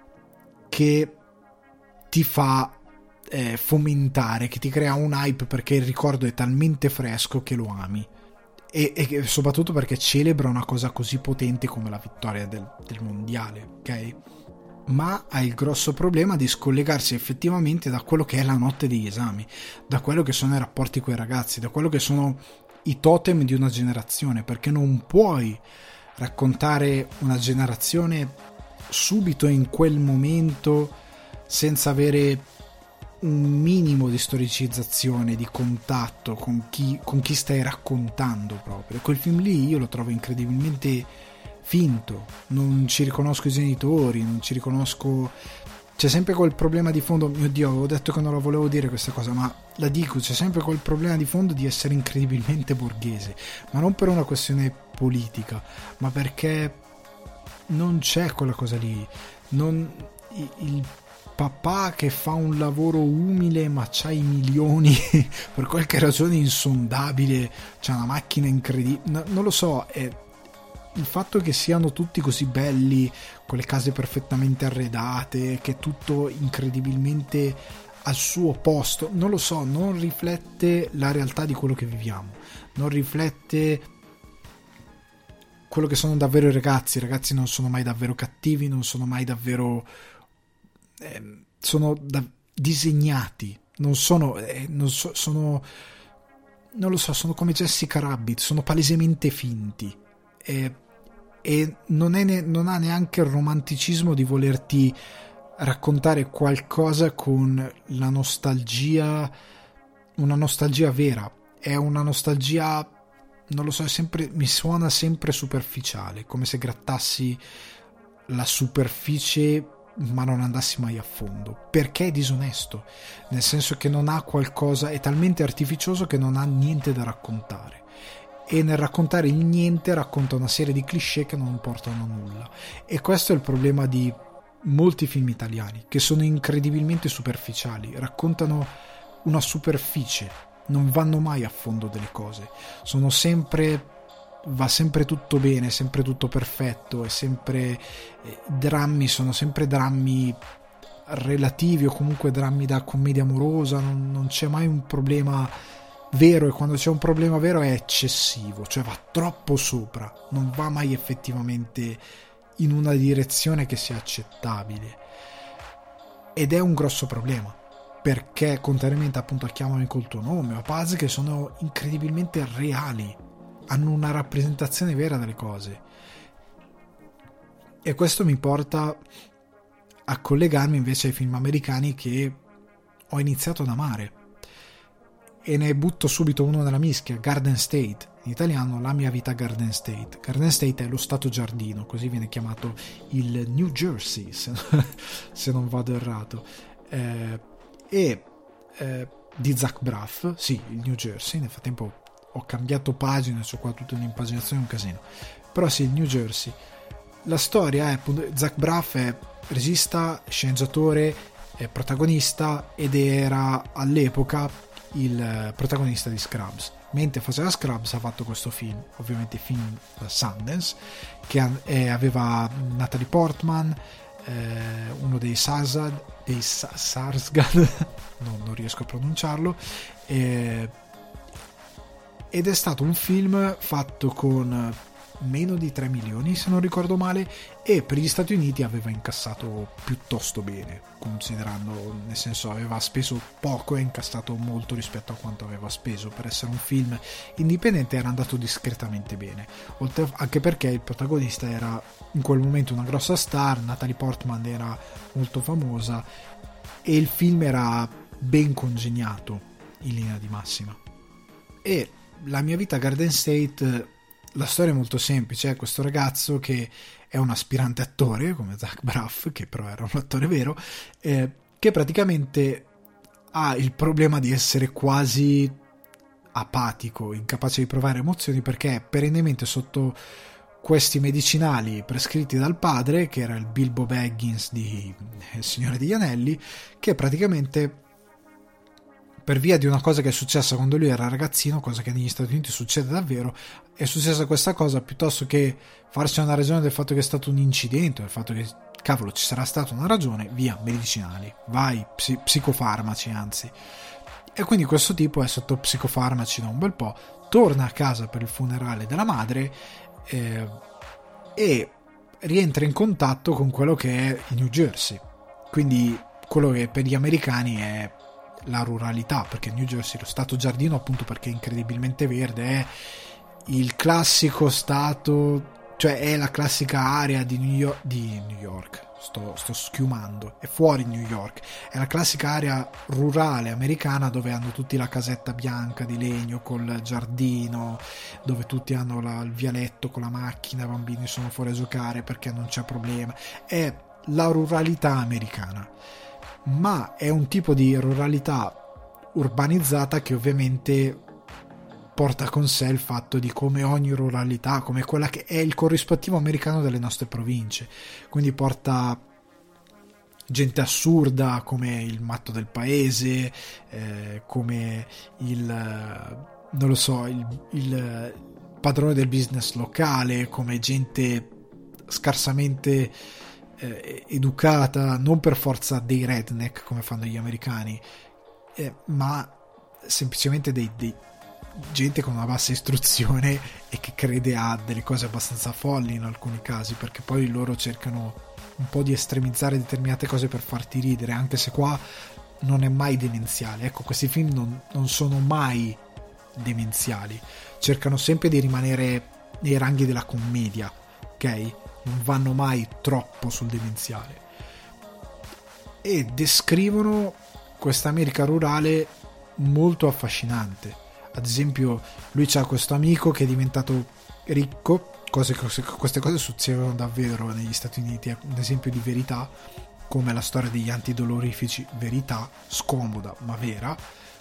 che ti fa eh, fomentare, che ti crea un hype, perché il ricordo è talmente fresco che lo ami, e, e soprattutto perché celebra una cosa così potente come la vittoria del, del mondiale, ok? Ma ha il grosso problema di scollegarsi effettivamente da quello che è la notte degli esami, da quello che sono i rapporti con i ragazzi, da quello che sono i totem di una generazione, perché non puoi raccontare una generazione subito in quel momento senza avere un minimo di storicizzazione, di contatto con chi, con chi stai raccontando proprio. E quel film lì io lo trovo incredibilmente finto, non ci riconosco i genitori, non ci riconosco, c'è sempre quel problema di fondo, mio Dio, avevo detto che non la volevo dire questa cosa, ma la dico, c'è sempre quel problema di fondo di essere incredibilmente borghese, ma non per una questione politica, ma perché non c'è quella cosa lì, non, il papà che fa un lavoro umile ma c'ha i milioni per qualche ragione insondabile, c'ha una macchina incredibile, no, non lo so, è il fatto che siano tutti così belli, con le case perfettamente arredate, che tutto incredibilmente al suo posto, non lo so, non riflette la realtà di quello che viviamo, non riflette quello che sono davvero i ragazzi. I ragazzi non sono mai davvero cattivi, non sono mai davvero eh, sono da, disegnati, non sono eh, non so, sono non lo so, sono come Jessica Rabbit, sono palesemente finti. E, e non, è ne, non ha neanche il romanticismo di volerti raccontare qualcosa con la nostalgia, una nostalgia vera, è una nostalgia, non lo so, è sempre, mi suona sempre superficiale, come se grattassi la superficie ma non andassi mai a fondo, perché è disonesto, nel senso che non ha qualcosa, è talmente artificioso che non ha niente da raccontare, e nel raccontare il niente racconta una serie di cliché che non portano a nulla. E questo è il problema di molti film italiani, che sono incredibilmente superficiali, raccontano una superficie, non vanno mai a fondo delle cose, sono sempre va sempre tutto bene, sempre tutto perfetto, è sempre eh, drammi sono sempre drammi relativi o comunque drammi da commedia amorosa, non, non c'è mai un problema vero, e quando c'è un problema vero è eccessivo, cioè va troppo sopra, non va mai effettivamente in una direzione che sia accettabile, ed è un grosso problema, perché contrariamente appunto a Chiamami col tuo nome o a Paz, che sono incredibilmente reali, hanno una rappresentazione vera delle cose, e questo mi porta a collegarmi invece ai film americani che ho iniziato ad amare, e ne butto subito uno nella mischia: Garden State, in italiano La mia vita Garden State. Garden State è lo stato giardino, così viene chiamato il New Jersey, se, se non vado errato, eh, e eh, di Zach Braff, sì, il New Jersey. Nel frattempo ho cambiato pagina, c'ho qua tutta un'impaginazione, un casino, però sì, il New Jersey. La storia è, Zach Braff è regista, sceneggiatore, è protagonista, ed era all'epoca il protagonista di Scrubs. Mentre faceva Scrubs ha fatto questo film, ovviamente film da Sundance, che eh, aveva Natalie Portman, eh, uno dei Sarsgaard, dei Sarsgaard no, non riesco a pronunciarlo, eh, ed è stato un film fatto con meno di tre milioni, se non ricordo male, e per gli Stati Uniti aveva incassato piuttosto bene, considerando, nel senso, aveva speso poco e incassato molto rispetto a quanto aveva speso. Per essere un film indipendente era andato discretamente bene, oltre, anche perché il protagonista era in quel momento una grossa star, Natalie Portman era molto famosa, e il film era ben congegnato in linea di massima. E La mia vita Garden State, la storia è molto semplice: è questo ragazzo che è un aspirante attore come Zach Braff, che però era un attore vero, eh, che praticamente ha il problema di essere quasi apatico, incapace di provare emozioni, perché è perennemente sotto questi medicinali prescritti dal padre, che era il Bilbo Baggins di Il Signore degli Anelli, che praticamente, per via di una cosa che è successa quando lui era ragazzino, cosa che negli Stati Uniti succede davvero, è successa questa cosa, piuttosto che farsi una ragione del fatto che è stato un incidente, del fatto che cavolo ci sarà stata una ragione, via, medicinali, vai, psi- psicofarmaci anzi. E quindi questo tipo è sotto psicofarmaci da un bel po', torna a casa per il funerale della madre, eh, e rientra in contatto con quello che è il New Jersey, quindi quello che per gli americani è la ruralità, perché New Jersey, lo stato giardino, appunto perché è incredibilmente verde, è il classico stato, cioè è la classica area di New York, di New York sto, sto schiumando, è fuori New York, è la classica area rurale americana dove hanno tutti la casetta bianca di legno col giardino, dove tutti hanno la, il vialetto con la macchina, i bambini sono fuori a giocare perché non c'è problema, è la ruralità americana, ma è un tipo di ruralità urbanizzata che ovviamente porta con sé il fatto di come ogni ruralità, come quella che è il corrispettivo americano delle nostre province, quindi porta gente assurda come il matto del paese, eh, come il non lo so il, il padrone del business locale, come gente scarsamente eh, educata, non per forza dei redneck come fanno gli americani, eh, ma semplicemente dei, dei gente con una bassa istruzione e che crede a delle cose abbastanza folli in alcuni casi, perché poi loro cercano un po' di estremizzare determinate cose per farti ridere, anche se qua non è mai demenziale. Ecco, questi film non, non sono mai demenziali, cercano sempre di rimanere nei ranghi della commedia, ok? Non vanno mai troppo sul demenziale, e descrivono questa America rurale molto affascinante. Ad esempio, lui c'ha questo amico che è diventato ricco, cose, queste cose succedono davvero negli Stati Uniti, è un esempio di verità, come la storia degli antidolorifici, verità scomoda ma vera,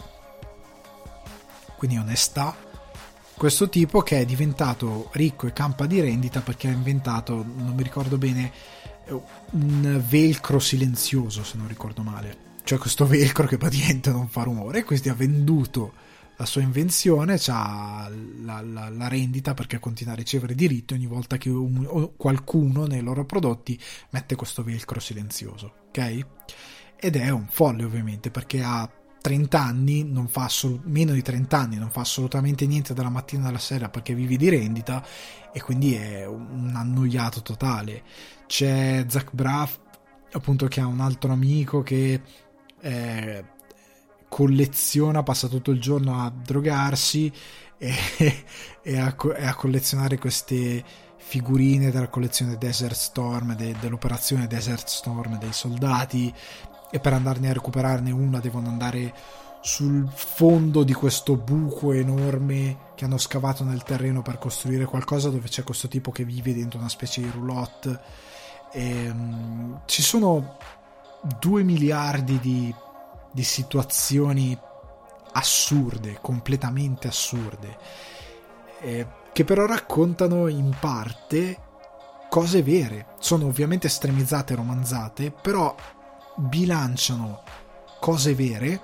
quindi onestà. Questo tipo che è diventato ricco e campa di rendita perché ha inventato, non mi ricordo bene, un velcro silenzioso, se non ricordo male, cioè questo velcro che praticamente non fa rumore, e questi ha venduto la sua invenzione, c'ha la, la, la rendita perché continua a ricevere diritti ogni volta che un, o qualcuno nei loro prodotti mette questo velcro silenzioso, ok? Ed è un folle ovviamente, perché ha trenta anni, non fa assolut- meno di trenta anni, non fa assolutamente niente dalla mattina alla sera perché vive di rendita, e quindi è un annoiato totale. C'è Zach Braff appunto che ha un altro amico che eh, colleziona, passa tutto il giorno a drogarsi e, e, a, e a collezionare queste figurine della collezione Desert Storm, de, dell'operazione Desert Storm dei soldati, e per andarne a recuperarne una devono andare sul fondo di questo buco enorme che hanno scavato nel terreno per costruire qualcosa, dove c'è questo tipo che vive dentro una specie di roulotte. E, um, ci sono due miliardi di, di situazioni assurde, completamente assurde, eh, che però raccontano in parte cose vere. Sono ovviamente estremizzate e romanzate, però bilanciano cose vere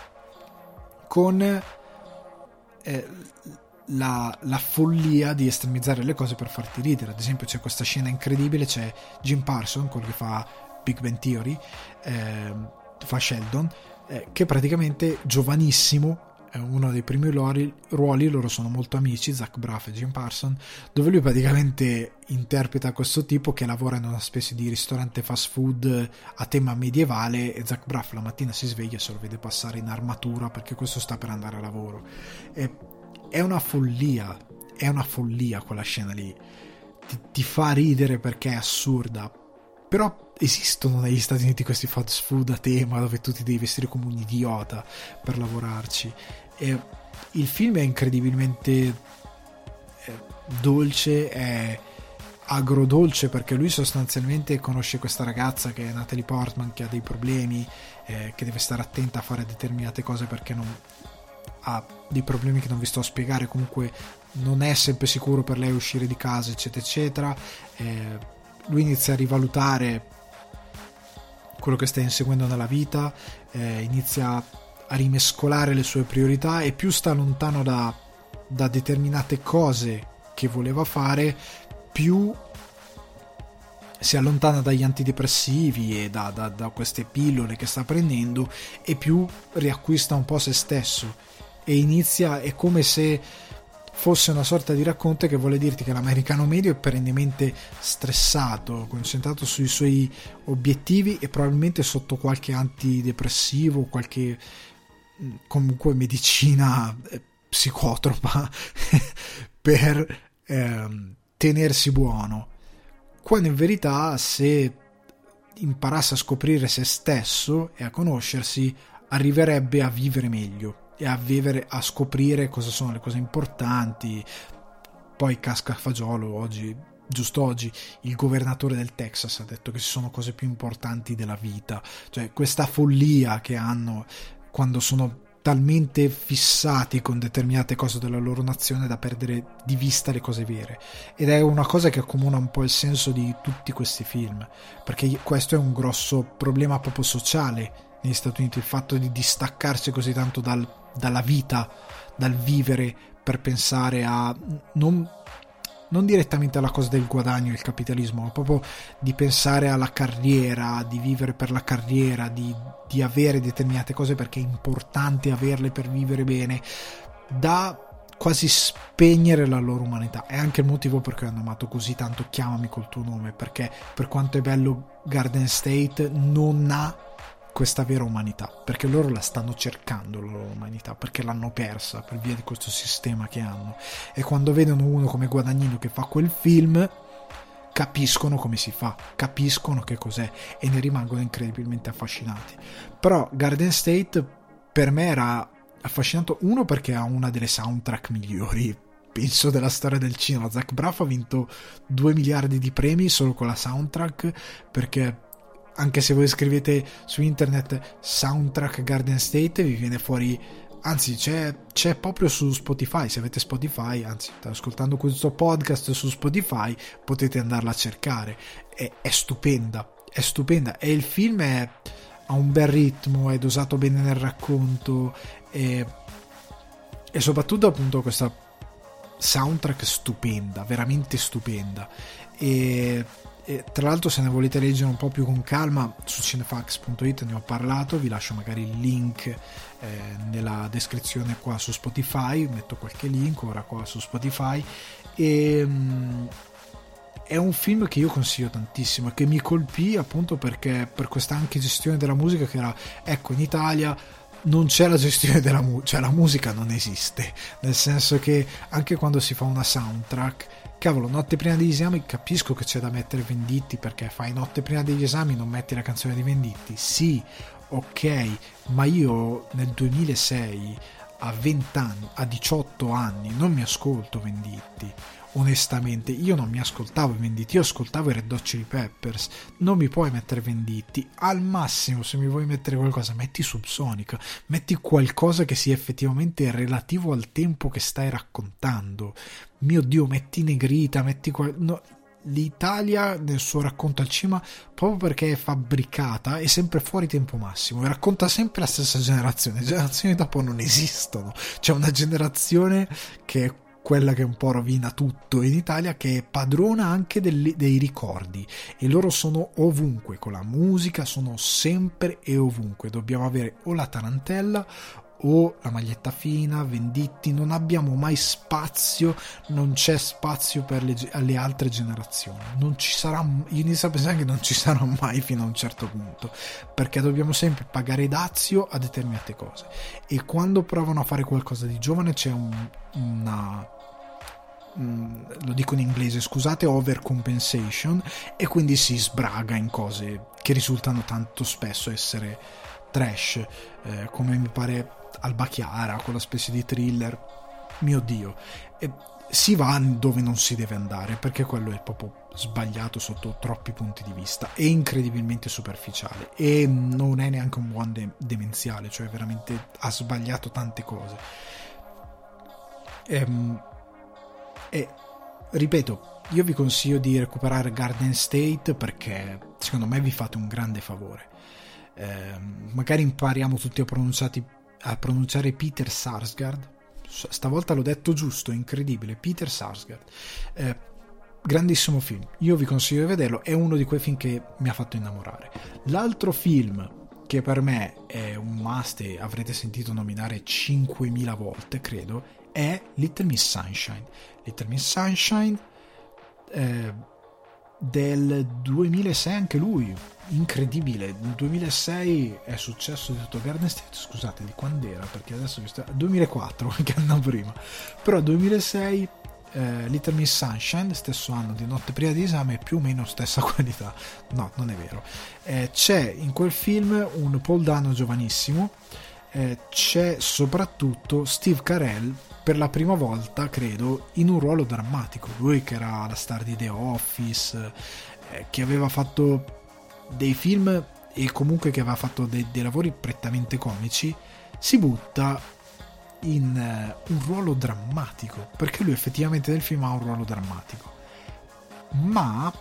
con eh, la, la follia di estremizzare le cose per farti ridere. Ad esempio c'è questa scena incredibile, c'è Jim Parsons, quello che fa Big Bang Theory, eh, fa Sheldon, eh, che praticamente giovanissimo, è uno dei primi ruoli, ruoli, loro sono molto amici, Zach Braff e Jim Parsons, dove lui praticamente interpreta questo tipo che lavora in una specie di ristorante fast food a tema medievale, e Zach Braff la mattina si sveglia e se lo vede passare in armatura perché questo sta per andare a lavoro. E, è una follia, è una follia quella scena lì, ti, ti fa ridere perché è assurda, però esistono negli Stati Uniti questi fast food a tema dove tu ti devi vestire come un idiota per lavorarci, e il film è incredibilmente dolce, è agrodolce, perché lui sostanzialmente conosce questa ragazza che è Natalie Portman, che ha dei problemi, eh, che deve stare attenta a fare determinate cose perché non ha dei problemi che non vi sto a spiegare, comunque non è sempre sicuro per lei uscire di casa, eccetera eccetera. eh, lui inizia a rivalutare quello che sta inseguendo nella vita, eh, inizia a rimescolare le sue priorità, e più sta lontano da, da determinate cose che voleva fare, più si allontana dagli antidepressivi e da, da, da queste pillole che sta prendendo, e più riacquista un po' se stesso, e inizia, è come se fosse una sorta di racconto che vuole dirti che l'americano medio è perennemente stressato, concentrato sui suoi obiettivi e probabilmente sotto qualche antidepressivo, qualche comunque medicina psicotropa per ehm, tenersi buono, quando in verità se imparasse a scoprire se stesso e a conoscersi arriverebbe a vivere meglio e a vivere, a scoprire cosa sono le cose importanti. Poi casca a fagiolo, oggi, giusto oggi, il governatore del Texas ha detto che ci sono cose più importanti della vita, cioè questa follia che hanno quando sono talmente fissati con determinate cose della loro nazione da perdere di vista le cose vere, ed è una cosa che accomuna un po' il senso di tutti questi film, perché questo è un grosso problema proprio sociale negli Stati Uniti, il fatto di distaccarsi così tanto dal, dalla vita, dal vivere, per pensare a non, non direttamente alla cosa del guadagno e il capitalismo, ma proprio di pensare alla carriera, di vivere per la carriera, di, di avere determinate cose perché è importante averle per vivere bene, da quasi spegnere la loro umanità. È anche il motivo per cui hanno amato così tanto Chiamami col tuo nome, perché per quanto è bello Garden State non ha questa vera umanità, perché loro la stanno cercando, la loro umanità, perché l'hanno persa per via di questo sistema che hanno, e quando vedono uno come Guadagnino che fa quel film capiscono come si fa, capiscono che cos'è e ne rimangono incredibilmente affascinati. Però Garden State per me era affascinante, uno perché ha una delle soundtrack migliori penso della storia del cinema. Zach Braff ha vinto due miliardi di premi solo con la soundtrack, perché anche se voi scrivete su internet soundtrack Garden State vi viene fuori, anzi c'è, c'è proprio su Spotify, se avete Spotify, anzi state ascoltando questo podcast su Spotify, potete andarla a cercare, è, è stupenda, è stupenda, e il film è, ha un bel ritmo, è dosato bene nel racconto, è, e soprattutto appunto questa soundtrack stupenda, veramente stupenda. E, e tra l'altro, se ne volete leggere un po' più con calma, su cinefax punto it ne ho parlato, vi lascio magari il link eh, nella descrizione qua su Spotify, metto qualche link ora qua su Spotify. E mh, è un film che io consiglio tantissimo e che mi colpì appunto perché per questa anche gestione della musica, che era, ecco, in Italia non c'è la gestione della musica, cioè la musica non esiste, nel senso che anche quando si fa una soundtrack, cavolo, notte prima degli esami, capisco che c'è da mettere Venditti, perché fai notte prima degli esami, non metti la canzone di Venditti, sì, ok, ma io nel duemilasei a venti anni, a diciotto anni non mi ascolto Venditti. Onestamente io non mi ascoltavo Venditti, io ascoltavo i Red Hot Chili Peppers. Non mi puoi mettere Venditti. Al massimo, se mi vuoi mettere qualcosa, metti Subsonica, metti qualcosa che sia effettivamente relativo al tempo che stai raccontando. Mio Dio, metti Negrita, metti qual... no. L'Italia nel suo racconto al cinema, proprio perché è fabbricata, è sempre fuori tempo massimo e racconta sempre la stessa generazione. Le generazioni dopo non esistono. C'è una generazione che è quella che un po' rovina tutto in Italia, che è padrona anche dei, dei ricordi, e loro sono ovunque con la musica, sono sempre e ovunque. Dobbiamo avere o la tarantella o la maglietta fina, Venditti, non abbiamo mai spazio, non c'è spazio per le, le altre generazioni, non ci sarà, io inizio a pensare che non ci sarà mai fino a un certo punto, perché dobbiamo sempre pagare dazio a determinate cose, e quando provano a fare qualcosa di giovane c'è un, una mm, lo dico in inglese, scusate, overcompensation, e quindi si sbraga in cose che risultano tanto spesso essere trash, eh, come mi pare Alba Chiara, quella specie di thriller, mio Dio, e si va dove non si deve andare, perché quello è proprio sbagliato sotto troppi punti di vista, è incredibilmente superficiale e non è neanche un buon de- demenziale, cioè veramente ha sbagliato tante cose. E, e ripeto, io vi consiglio di recuperare Garden State, perché secondo me vi fate un grande favore. Eh, magari impariamo tutti a pronunciare a pronunciare Peter Sarsgaard, stavolta l'ho detto giusto, incredibile, Peter Sarsgaard, eh, grandissimo film, io vi consiglio di vederlo, è uno di quei film che mi ha fatto innamorare. L'altro film che per me è un must e avrete sentito nominare cinquemila volte credo è Little Miss Sunshine. Little Miss Sunshine eh, del duemilasei, anche lui incredibile. Nel duemilasei è successo di tutto. Garden State, scusate, di quando era, perché adesso sto... duemilaquattro, qualche anno prima, però duemilasei, eh, Little Miss Sunshine, stesso anno di Notte prima di esame, più o meno stessa qualità. No, non è vero. Eh, c'è in quel film un Paul Dano giovanissimo, eh, c'è soprattutto Steve Carell per la prima volta credo in un ruolo drammatico, lui che era la star di The Office, eh, che aveva fatto dei film e comunque che aveva fatto dei, dei lavori prettamente comici, si butta in uh, un ruolo drammatico, perché lui effettivamente nel film ha un ruolo drammatico, ma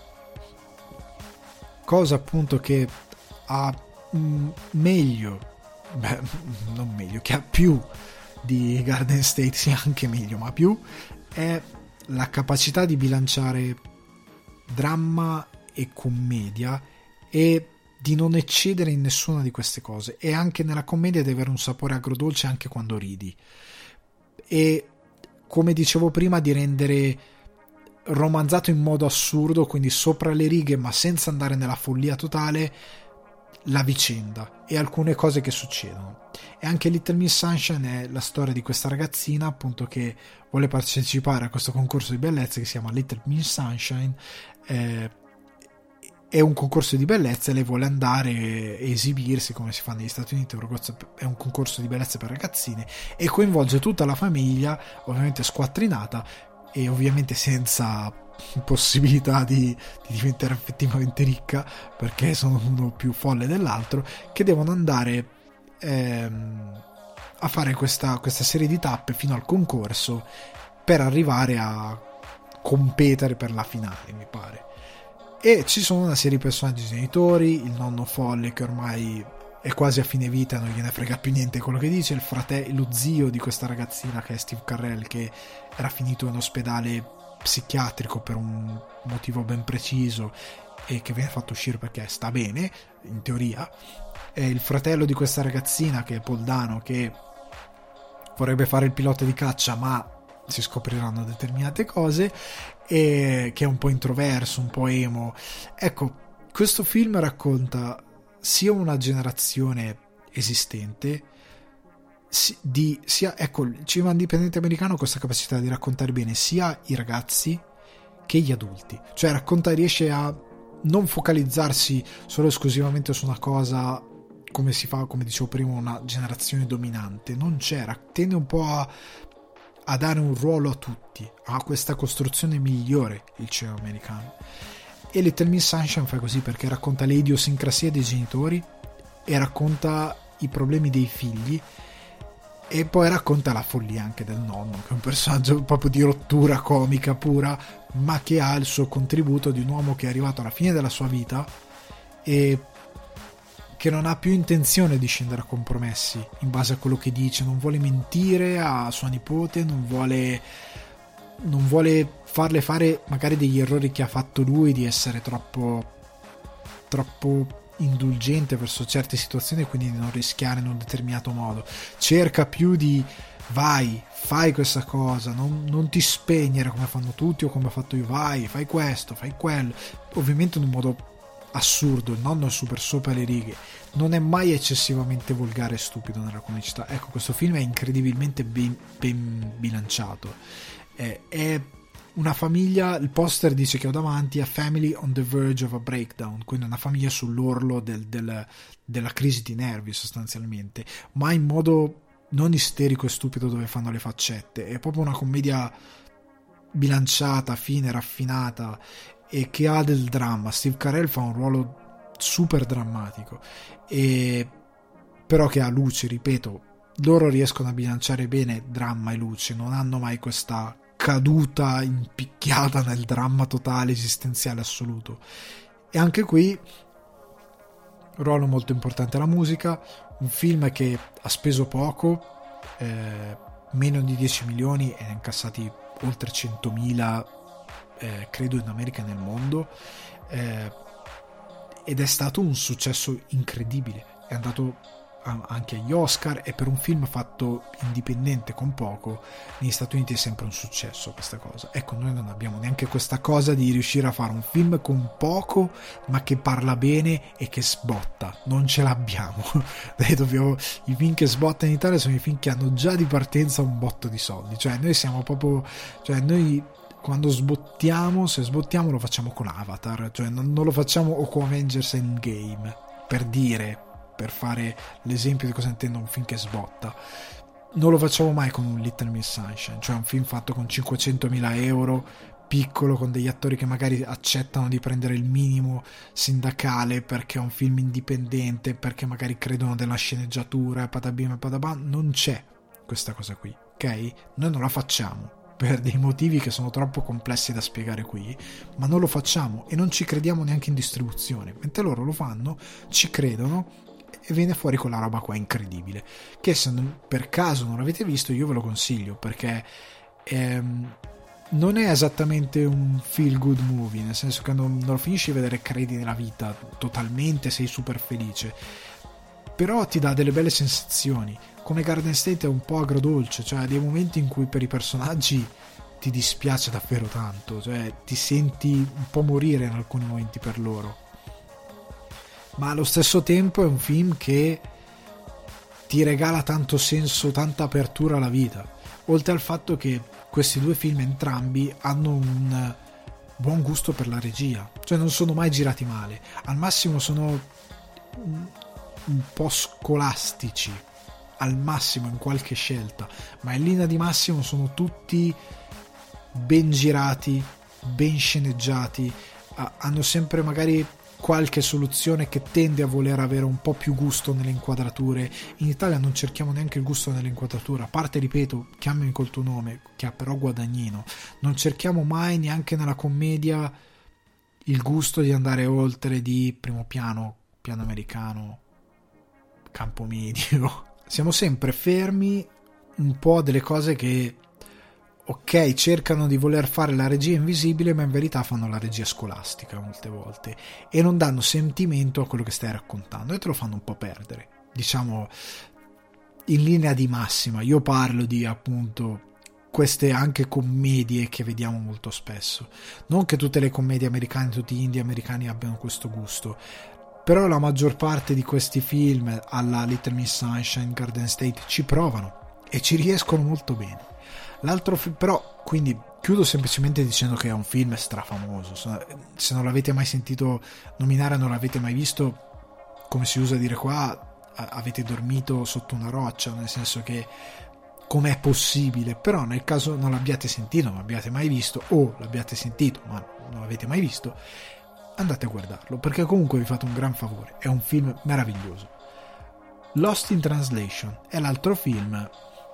cosa appunto che ha mh, meglio, beh, non meglio, che ha più di Garden State, sia anche meglio, ma più è la capacità di bilanciare dramma e commedia e di non eccedere in nessuna di queste cose, e anche nella commedia di avere un sapore agrodolce anche quando ridi, e come dicevo prima di rendere romanzato in modo assurdo, quindi sopra le righe ma senza andare nella follia totale, la vicenda e alcune cose che succedono. E anche Little Miss Sunshine è la storia di questa ragazzina appunto che vuole partecipare a questo concorso di bellezza che si chiama Little Miss Sunshine, eh, è un concorso di bellezza e lei vuole andare e esibirsi come si fa negli Stati Uniti, è un concorso di bellezza per ragazzine e coinvolge tutta la famiglia, ovviamente squattrinata e ovviamente senza possibilità di, di diventare effettivamente ricca, perché sono uno più folle dell'altro, che devono andare ehm, a fare questa, questa serie di tappe fino al concorso per arrivare a competere per la finale, mi pare. E ci sono una serie di personaggi genitori, il nonno folle che ormai è quasi a fine vita, non gliene frega più niente quello che dice. Il fratello, lo zio di questa ragazzina, che è Steve Carell, che era finito in ospedale psichiatrico per un motivo ben preciso e che viene fatto uscire perché sta bene in teoria, e il fratello di questa ragazzina, che è Paul Dano, che vorrebbe fare il pilota di caccia, ma si scopriranno determinate cose, e che è un po' introverso, un po' emo. Ecco, questo film racconta sia una generazione esistente, di, sia, ecco, il cinema indipendente americano ha questa capacità di raccontare bene sia i ragazzi che gli adulti, cioè racconta, riesce a non focalizzarsi solo esclusivamente su una cosa, come si fa, come dicevo prima, una generazione dominante. Non c'era, tende un po' a, a dare un ruolo a tutti, ha questa costruzione migliore il cinema americano. E Little Miss Sunshine fa così, perché racconta le idiosincrasie dei genitori e racconta i problemi dei figli, e poi racconta la follia anche del nonno, che è un personaggio proprio di rottura comica pura, ma che ha il suo contributo di un uomo che è arrivato alla fine della sua vita e che non ha più intenzione di scendere a compromessi in base a quello che dice, non vuole mentire a sua nipote, non vuole non vuole farle fare magari degli errori che ha fatto lui, di essere troppo troppo indulgente verso certe situazioni e quindi di non rischiare in un determinato modo. Cerca più di vai, fai questa cosa, non, non ti spegnere come fanno tutti o come ho fatto io, vai, fai questo, fai quello, ovviamente in un modo assurdo. Il nonno è super sopra le righe, non è mai eccessivamente volgare e stupido nella comicità. Ecco, questo film è incredibilmente ben, ben bilanciato, è, è una famiglia, il poster dice che ho davanti a family on the verge of a breakdown, quindi una famiglia sull'orlo del, del, della crisi di nervi sostanzialmente, ma in modo non isterico e stupido dove fanno le faccette. È proprio una commedia bilanciata, fine, raffinata, e che ha del dramma. Steve Carell fa un ruolo super drammatico, e però che ha luce, ripeto, loro riescono a bilanciare bene dramma e luce, non hanno mai questa caduta impicchiata nel dramma totale esistenziale assoluto. E anche qui ruolo molto importante la musica, un film che ha speso poco, eh, meno di dieci milioni e ne ha incassati oltre centomila, eh, credo, in America e nel mondo, eh, ed è stato un successo incredibile, è andato anche agli Oscar, e per un film fatto indipendente con poco negli Stati Uniti è sempre un successo questa cosa. Ecco, noi non abbiamo neanche questa cosa di riuscire a fare un film con poco ma che parla bene e che sbotta, non ce l'abbiamo. Dobbiamo, i film che sbottano in Italia sono i film che hanno già di partenza un botto di soldi, cioè noi siamo proprio, cioè noi quando sbottiamo, se sbottiamo lo facciamo con Avatar, cioè non, non lo facciamo o con Avengers Endgame, per dire, per fare l'esempio di cosa intendo un film che sbotta. Non lo facciamo mai con un Little Miss Sunshine, cioè un film fatto con cinquecentomila euro, piccolo, con degli attori che magari accettano di prendere il minimo sindacale perché è un film indipendente, perché magari credono della sceneggiatura, patabim e patabam. Non c'è questa cosa qui, ok? Noi non la facciamo per dei motivi che sono troppo complessi da spiegare qui, ma non lo facciamo e non ci crediamo neanche in distribuzione, mentre loro lo fanno, ci credono e viene fuori quella roba qua incredibile, che se non, per caso non l'avete visto, io ve lo consiglio, perché ehm, non è esattamente un feel good movie, nel senso che non, non lo finisci di vedere, credi nella vita totalmente, sei super felice, però ti dà delle belle sensazioni. Come Garden State è un po' agrodolce, cioè ha dei momenti in cui per i personaggi ti dispiace davvero tanto, cioè ti senti un po' morire in alcuni momenti per loro, ma allo stesso tempo è un film che ti regala tanto senso, tanta apertura alla vita, oltre al fatto che questi due film entrambi hanno un buon gusto per la regia, cioè non sono mai girati male, al massimo sono un, un po' scolastici, al massimo in qualche scelta, ma in linea di massimo sono tutti ben girati, ben sceneggiati, hanno sempre magari qualche soluzione che tende a voler avere un po' più gusto nelle inquadrature. In Italia non cerchiamo neanche il gusto nelle inquadrature, a parte, ripeto, Chiamami col tuo nome, che ha però Guadagnino, non cerchiamo mai neanche nella commedia il gusto di andare oltre di primo piano, piano americano, campo medio. Siamo sempre fermi un po' delle cose che, ok, cercano di voler fare la regia invisibile, ma in verità fanno la regia scolastica molte volte e non danno sentimento a quello che stai raccontando e te lo fanno un po' perdere. Diciamo, in linea di massima, io parlo di appunto queste anche commedie che vediamo molto spesso. Non che tutte le commedie americane, tutti gli indie americani abbiano questo gusto, però la maggior parte di questi film alla Little Miss Sunshine, Garden State ci provano e ci riescono molto bene. L'altro film, però, quindi chiudo semplicemente dicendo che è un film strafamoso. Se non l'avete mai sentito nominare, non l'avete mai visto, come si usa dire qua, avete dormito sotto una roccia, nel senso che com'è possibile. Però nel caso non l'abbiate sentito, non l'abbiate mai visto, o l'abbiate sentito ma non l'avete mai visto, andate a guardarlo, perché comunque vi fate un gran favore, è un film meraviglioso. Lost in Translation è l'altro film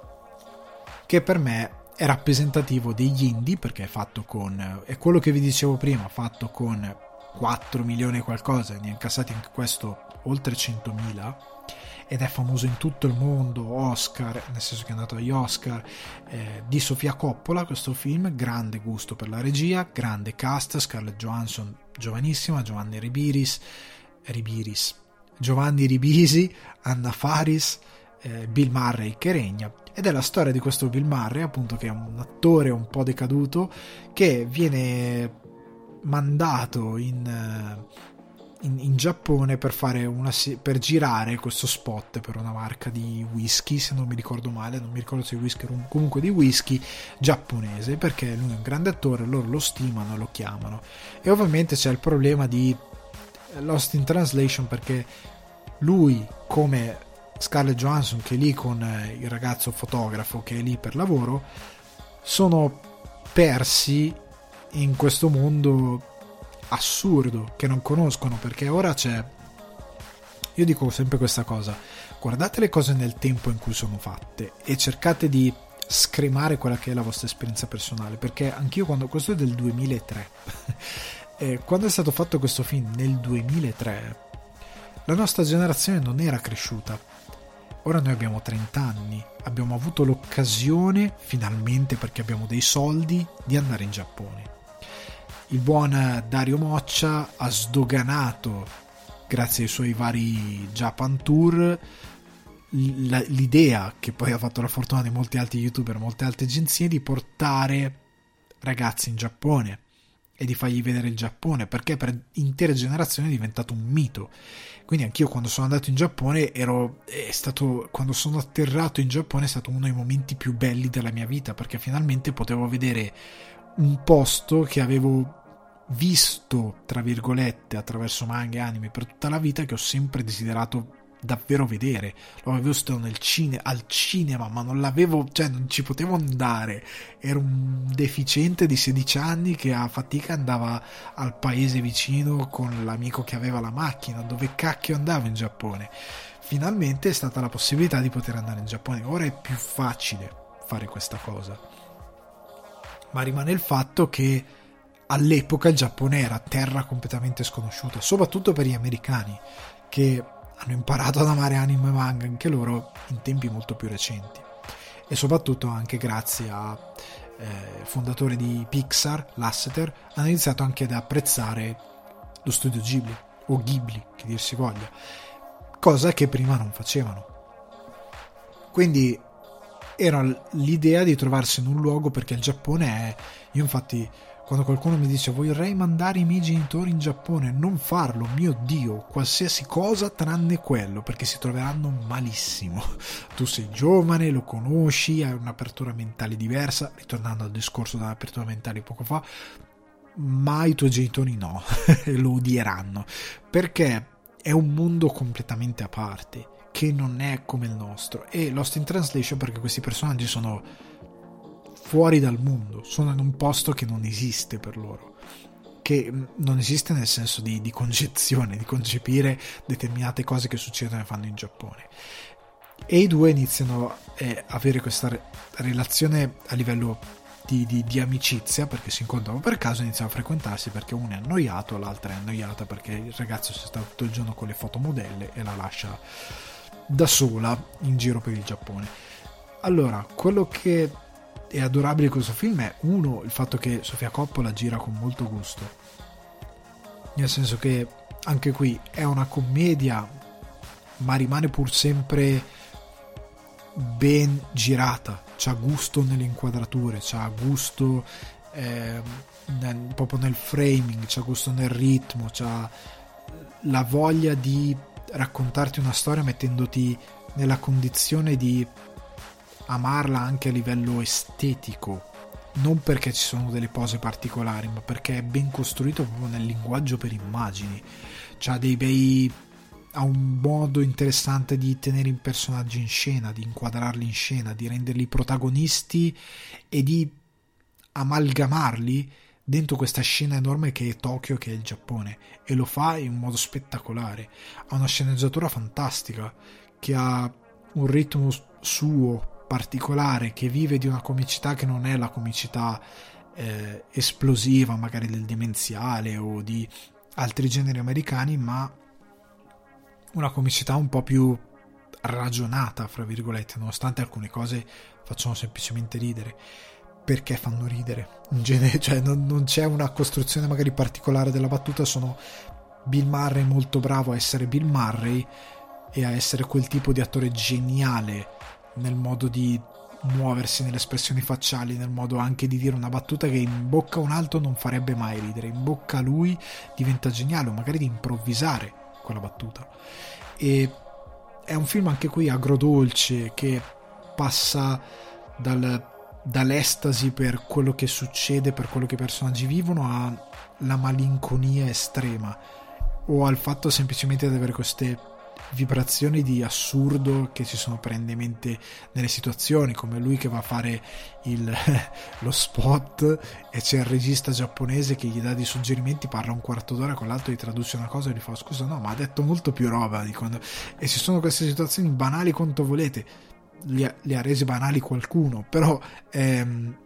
che per me è rappresentativo degli indie, perché è fatto con, è quello che vi dicevo prima, fatto con quattro milioni e qualcosa, ne ha incassati anche questo oltre centomila, ed è famoso in tutto il mondo, Oscar, nel senso che è andato agli Oscar, eh, di Sofia Coppola questo film, grande gusto per la regia, grande cast, Scarlett Johansson giovanissima, Giovanni Ribiris, Ribiris Giovanni Ribisi, Anna Faris, eh, Bill Murray che regna, ed è la storia di questo Bill Murray, appunto, che è un attore un po' decaduto che viene mandato in, in, in Giappone per fare una per girare questo spot per una marca di whisky, se non mi ricordo male, non mi ricordo se whisky, comunque di whisky giapponese, perché lui è un grande attore, loro lo stimano, lo chiamano, e ovviamente c'è il problema di Lost in Translation, perché lui, come Scarlett Johansson, che è lì con il ragazzo fotografo che è lì per lavoro, sono persi in questo mondo assurdo che non conoscono, perché ora c'è, io dico sempre questa cosa, guardate le cose nel tempo in cui sono fatte e cercate di scremare quella che è la vostra esperienza personale, perché anch'io, quando, questo è del duemilatré eh, quando è stato fatto questo film nel duemilatré, la nostra generazione non era cresciuta. Ora noi abbiamo trenta anni, abbiamo avuto l'occasione, finalmente, perché abbiamo dei soldi, di andare in Giappone. Il buon Dario Moccia ha sdoganato, grazie ai suoi vari Japan Tour, l'idea, che poi ha fatto la fortuna di molti altri youtuber, molte altre agenzie, di portare ragazzi in Giappone e di fargli vedere il Giappone, perché per intere generazioni è diventato un mito. Quindi anch'io, quando sono andato in Giappone, ero è stato quando sono atterrato in Giappone è stato uno dei momenti più belli della mia vita, perché finalmente potevo vedere un posto che avevo visto, tra virgolette, attraverso manga e anime per tutta la vita, che ho sempre desiderato davvero vedere. Lo avevo visto nel cine, al cinema, ma non l'avevo, cioè non ci potevo andare, ero un deficiente di sedici anni che a fatica andava al paese vicino con l'amico che aveva la macchina. Dove cacchio andavo in Giappone? Finalmente è stata la possibilità di poter andare in Giappone. Ora è più facile fare questa cosa, ma rimane il fatto che all'epoca il Giappone era terra completamente sconosciuta, soprattutto per gli americani, che hanno imparato ad amare anime e manga anche loro in tempi molto più recenti, e soprattutto anche grazie a eh, fondatore di Pixar, Lasseter, hanno iniziato anche ad apprezzare lo studio Ghibli, o Ghibli che dir si voglia, cosa che prima non facevano. Quindi era l'idea di trovarsi in un luogo, perché il Giappone è, io infatti quando qualcuno mi dice vorrei mandare i miei genitori in Giappone, non farlo, mio Dio, qualsiasi cosa tranne quello, perché si troveranno malissimo. Tu sei giovane, lo conosci, hai un'apertura mentale diversa, ritornando al discorso dell'apertura mentale poco fa, ma i tuoi genitori no, lo odieranno, perché è un mondo completamente a parte, che non è come il nostro. E Lost in Translation, perché questi personaggi sono fuori dal mondo, sono in un posto che non esiste per loro, che non esiste nel senso di, di concezione, di concepire determinate cose che succedono e fanno in Giappone, e i due iniziano a eh, avere questa re- relazione a livello di, di, di amicizia, perché si incontrano per caso e iniziano a frequentarsi, perché uno è annoiato, l'altra è annoiata perché il ragazzo si sta tutto il giorno con le fotomodelle e la lascia da sola in giro per il Giappone. Allora, quello che è adorabile di questo film è, uno, il fatto che Sofia Coppola gira con molto gusto, nel senso che anche qui è una commedia ma rimane pur sempre ben girata, c'ha gusto nelle inquadrature, c'ha gusto eh, nel, proprio nel framing, c'ha gusto nel ritmo, c'ha la voglia di raccontarti una storia mettendoti nella condizione di amarla anche a livello estetico, non perché ci sono delle pose particolari, ma perché è ben costruito proprio nel linguaggio per immagini. C'ha dei bei, ha un modo interessante di tenere i personaggi in scena, di inquadrarli in scena, di renderli protagonisti e di amalgamarli dentro questa scena enorme che è Tokyo, che è il Giappone, e lo fa in modo spettacolare. Ha una sceneggiatura fantastica che ha un ritmo suo particolare, che vive di una comicità che non è la comicità eh, esplosiva magari del demenziale o di altri generi americani, ma una comicità un po' più ragionata, fra virgolette, nonostante alcune cose facciano semplicemente ridere perché fanno ridere in genere, cioè non, non c'è una costruzione magari particolare della battuta. Sono Bill Murray molto bravo a essere Bill Murray e a essere quel tipo di attore geniale nel modo di muoversi, nelle espressioni facciali, nel modo anche di dire una battuta che in bocca a un altro non farebbe mai ridere, in bocca a lui diventa geniale, o magari di improvvisare quella battuta. E è un film anche qui agrodolce, che passa dal, dall'estasi per quello che succede, per quello che i personaggi vivono, alla malinconia estrema, o al fatto semplicemente di avere queste vibrazioni di assurdo che ci sono perennemente nelle situazioni, come lui che va a fare il, lo spot e c'è il regista giapponese che gli dà dei suggerimenti, parla un quarto d'ora con l'altro, gli traduce una cosa e gli fa scusa no ma ha detto molto più roba di quando... E ci sono queste situazioni banali quanto volete, li ha, li ha resi banali qualcuno, però ehm,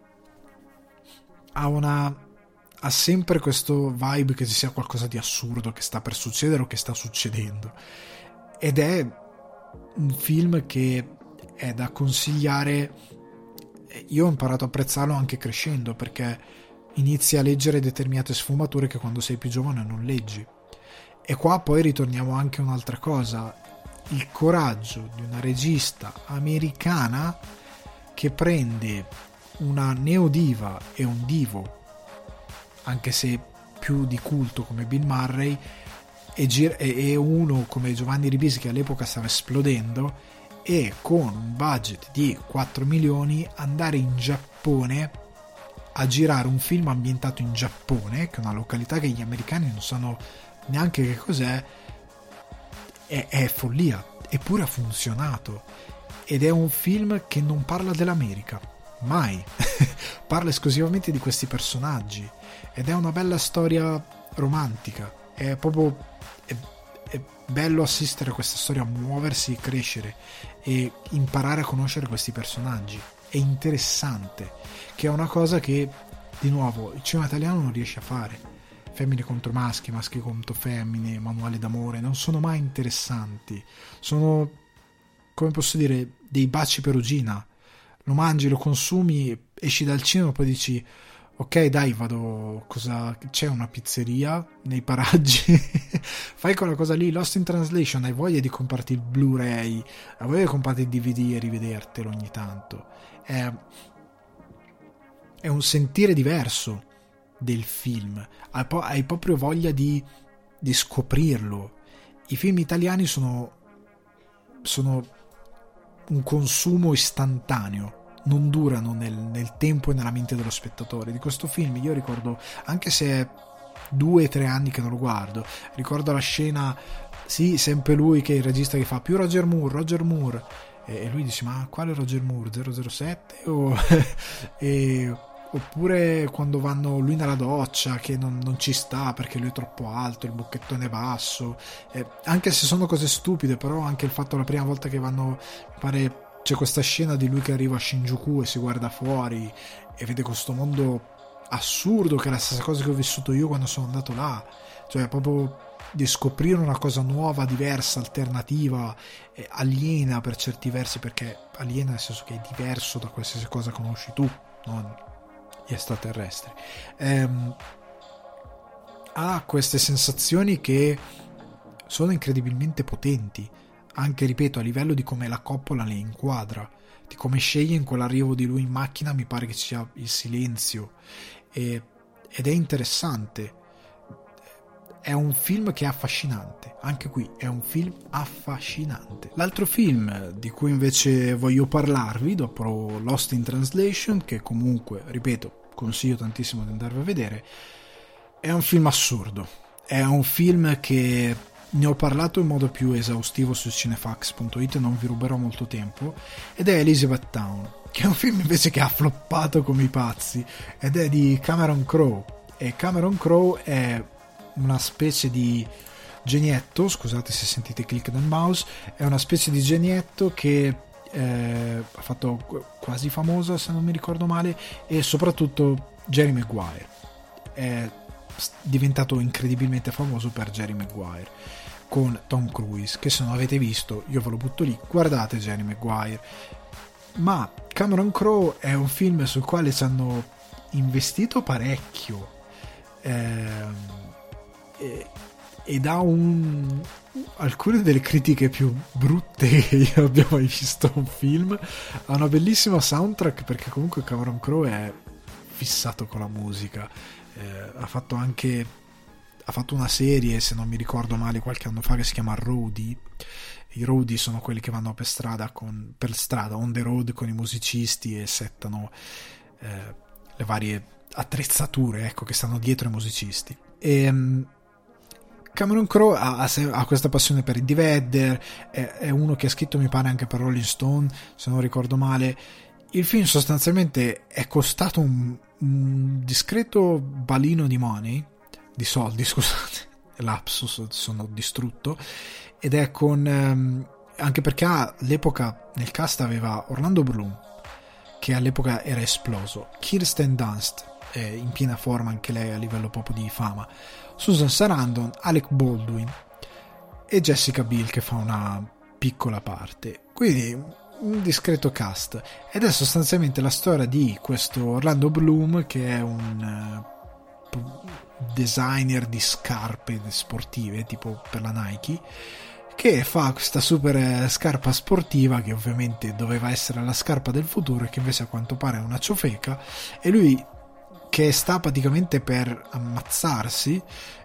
ha una ha sempre questo vibe che ci sia qualcosa di assurdo che sta per succedere o che sta succedendo. Ed è un film che è da consigliare. Io ho imparato a apprezzarlo anche crescendo, perché inizi a leggere determinate sfumature che quando sei più giovane non leggi. E qua poi ritorniamo anche a un'altra cosa: il coraggio di una regista americana che prende una neodiva e un divo, anche se più di culto, come Bill Murray, e, gir- e uno come Giovanni Ribisi che all'epoca stava esplodendo, e con un budget di quattro milioni andare in Giappone a girare un film ambientato in Giappone, che è una località che gli americani non sanno neanche che cos'è, è, è follia. Eppure ha funzionato, ed è un film che non parla dell'America mai parla esclusivamente di questi personaggi, ed è una bella storia romantica. È proprio è, è bello assistere a questa storia muoversi, crescere e imparare a conoscere questi personaggi. È interessante, che è una cosa che di nuovo il cinema italiano non riesce a fare. Femmine contro maschi, maschi contro femmine, manuali d'amore non sono mai interessanti, sono, come posso dire, dei baci perugina. Lo mangi, lo consumi, esci dal cinema, poi dici ok dai vado, cosa c'è, una pizzeria nei paraggi fai quella cosa lì. Lost in Translation, hai voglia di comprarti il Blu-ray, hai voglia di comprarti il D V D e rivedertelo ogni tanto. È, è un sentire diverso del film, hai, po- hai proprio voglia di, di scoprirlo. I film italiani sono sono un consumo istantaneo, non durano nel, nel tempo e nella mente dello spettatore. Di questo film io ricordo, anche se è due o tre anni che non lo guardo, ricordo la scena, sì, sempre lui che è il regista che fa più Roger Moore, Roger Moore, e, e lui dice ma quale Roger Moore, zero zero sette o e, oppure quando vanno lui nella doccia che non, non ci sta perché lui è troppo alto, il bocchettone basso, eh, anche se sono cose stupide, però anche il fatto la prima volta che vanno, pare c'è questa scena di lui che arriva a Shinjuku e si guarda fuori e vede questo mondo assurdo che è la stessa cosa che ho vissuto io quando sono andato là. cioè proprio di scoprire una cosa nuova, diversa, alternativa, eh, aliena per certi versi, perché aliena nel senso che è diverso da qualsiasi cosa conosci tu, non gli extraterrestri. Ehm, ha queste sensazioni che sono incredibilmente potenti, anche, ripeto, a livello di come la Coppola le inquadra, di come sceglie in quell'arrivo di lui in macchina. Mi pare che ci sia il silenzio, e, ed è interessante. È un film che è affascinante, anche qui è un film affascinante. L'altro film di cui invece voglio parlarvi, dopo Lost in Translation, che comunque, ripeto, consiglio tantissimo di andarvi a vedere, è un film assurdo, è un film che ne ho parlato in modo più esaustivo su cinefax punto it, non vi ruberò molto tempo, ed è Elizabeth Town, che è un film invece che ha floppato come i pazzi, ed è di Cameron Crowe, e Cameron Crowe è una specie di genietto, scusate se sentite click del mouse, è una specie di genietto che eh, ha fatto quasi famosa, se non mi ricordo male, e soprattutto Jerry Maguire è diventato incredibilmente famoso per Jerry Maguire con Tom Cruise, che se non avete visto io ve lo butto lì, guardate Jerry Maguire. Ma Cameron Crowe è un film sul quale ci hanno investito parecchio, ehm ed ha un alcune delle critiche più brutte che io abbia mai visto a un film. Ha una bellissima soundtrack, perché comunque Cameron Crowe è fissato con la musica, eh, ha fatto anche ha fatto una serie, se non mi ricordo male, qualche anno fa, che si chiama Roadie. I roadie sono quelli che vanno per strada con, per strada on the road con i musicisti e settano eh, le varie attrezzature, ecco, che stanno dietro ai musicisti. E Cameron Crowe ha, ha questa passione per Eddie Vedder, è, è uno che ha scritto, mi pare, anche per Rolling Stone, se non ricordo male. Il film sostanzialmente è costato un, un discreto balino di money, di soldi, scusate, lapsus, sono distrutto, ed è con ehm, anche perché all'epoca nel cast aveva Orlando Bloom, che all'epoca era esploso, Kirsten Dunst, eh, in piena forma anche lei a livello proprio di fama, Susan Sarandon, Alec Baldwin e Jessica Biel, che fa una piccola parte, quindi un discreto cast. Ed è sostanzialmente la storia di questo Orlando Bloom, che è un uh, designer di scarpe sportive tipo per la Nike, che fa questa super scarpa sportiva che ovviamente doveva essere la scarpa del futuro e che invece a quanto pare è una ciofeca, e lui, che sta praticamente per ammazzarsi,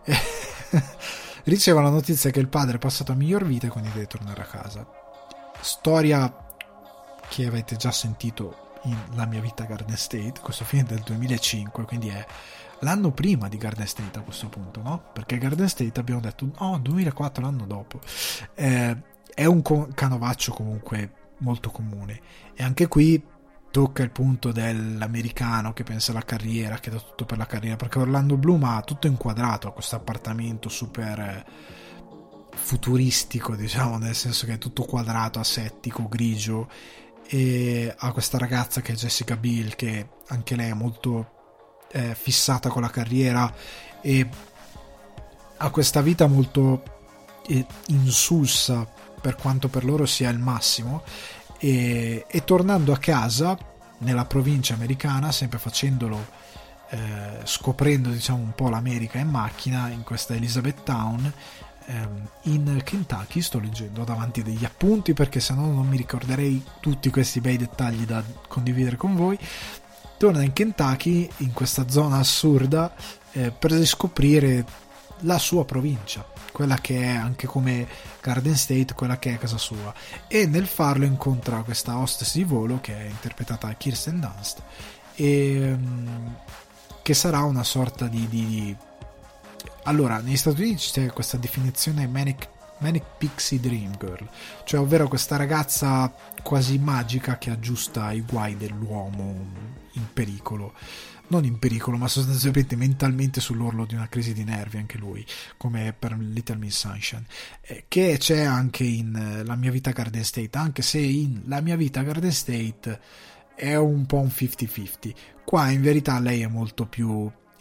riceve la notizia che il padre è passato a miglior vita e quindi deve tornare a casa. Storia che avete già sentito in La mia vita Garden State, questo film è del duemilacinque, quindi è l'anno prima di Garden State a questo punto, no? Perché Garden State abbiamo detto oh, duemilaquattro, l'anno dopo. Eh, è un canovaccio comunque molto comune, e anche qui tocca il punto dell'americano che pensa alla carriera, che dà tutto per la carriera, perché Orlando Bloom ha tutto inquadrato a questo appartamento super futuristico, diciamo, nel senso che è tutto quadrato, asettico, grigio, e ha questa ragazza che è Jessica Biel, che anche lei è molto eh, fissata con la carriera e ha questa vita molto eh, insulsa, per quanto per loro sia il massimo. E, e tornando a casa nella provincia americana, sempre facendolo eh, scoprendo, diciamo, un po' l'America in macchina, in questa Elizabeth Town ehm, in Kentucky. Sto leggendo davanti degli appunti perché sennò non mi ricorderei tutti questi bei dettagli da condividere con voi. Torna in Kentucky, in questa zona assurda, eh, per riscoprire la sua provincia, quella che è anche come Garden State, quella che è casa sua, e nel farlo incontra questa hostess di volo che è interpretata da Kirsten Dunst, e um, che sarà una sorta di, di, di... allora negli Stati Uniti c'è questa definizione manic, manic pixie dream girl, cioè ovvero questa ragazza quasi magica che aggiusta i guai dell'uomo in pericolo, non in pericolo, ma sostanzialmente mentalmente sull'orlo di una crisi di nervi, anche lui, come per Little Miss Sunshine, eh, che c'è anche in eh, La mia vita Garden State, anche se in La mia vita Garden State è un po' un cinquanta cinquanta. Qua in verità lei è molto più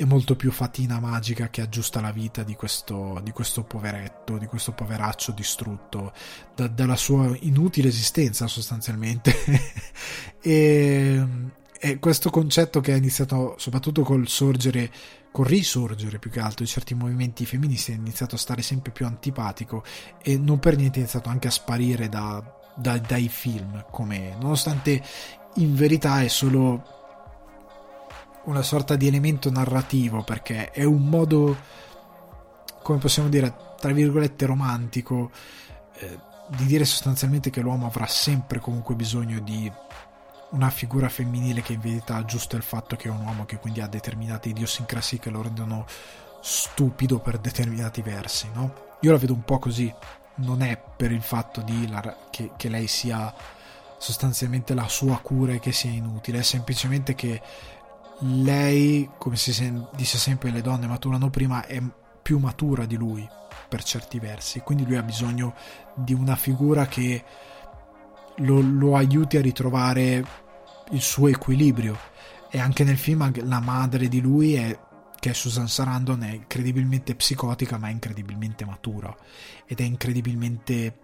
è molto più fatina magica che aggiusta la vita di questo, di questo poveretto, di questo poveraccio distrutto da, dalla sua inutile esistenza sostanzialmente. e, e questo concetto che ha iniziato soprattutto col sorgere, col risorgere più che altro di certi movimenti femministi, è iniziato a stare sempre più antipatico e non per niente è iniziato anche a sparire da, da, dai film, come, nonostante in verità è solo una sorta di elemento narrativo, perché è un modo, come possiamo dire, tra virgolette romantico, eh, di dire sostanzialmente che l'uomo avrà sempre comunque bisogno di una figura femminile che in verità aggiusta il fatto che è un uomo, che quindi ha determinate idiosincrasie che lo rendono stupido per determinati versi, no? Io la vedo un po' così, non è per il fatto di la, che, che lei sia sostanzialmente la sua cura e che sia inutile, è semplicemente che lei, come si sen- dice sempre, le donne maturano prima, è più matura di lui per certi versi, quindi lui ha bisogno di una figura che lo, lo aiuti a ritrovare il suo equilibrio. E anche nel film la madre di lui è, che è Susan Sarandon, è incredibilmente psicotica ma è incredibilmente matura ed è incredibilmente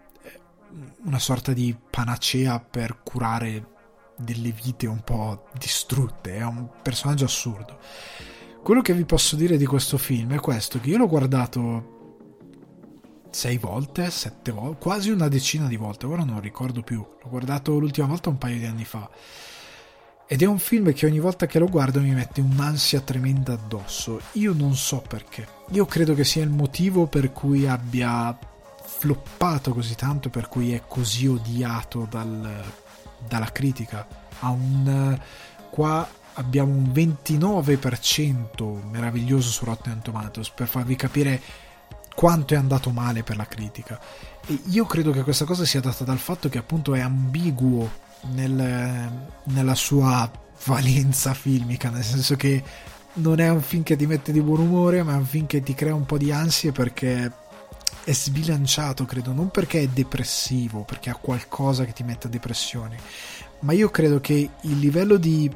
una sorta di panacea per curare delle vite un po' distrutte. È un personaggio assurdo. Quello che vi posso dire di questo film è questo, che io l'ho guardato sei volte, sette volte, quasi una decina di volte, ora non ricordo più, l'ho guardato l'ultima volta un paio di anni fa, ed è un film che ogni volta che lo guardo mi mette un'ansia tremenda addosso. Io non so perché, io credo che sia il motivo per cui abbia floppato così tanto, per cui è così odiato dal dalla critica. Ha un qua abbiamo un ventinove per cento meraviglioso su Rotten Tomatoes, per farvi capire quanto è andato male per la critica. E io credo che questa cosa sia data dal fatto che appunto è ambiguo nel, nella sua valenza filmica, nel senso che non è un film che ti mette di buon umore, ma è un film che ti crea un po' di ansie, perché è sbilanciato, credo, non perché è depressivo, perché ha qualcosa che ti mette a depressione, ma io credo che il livello di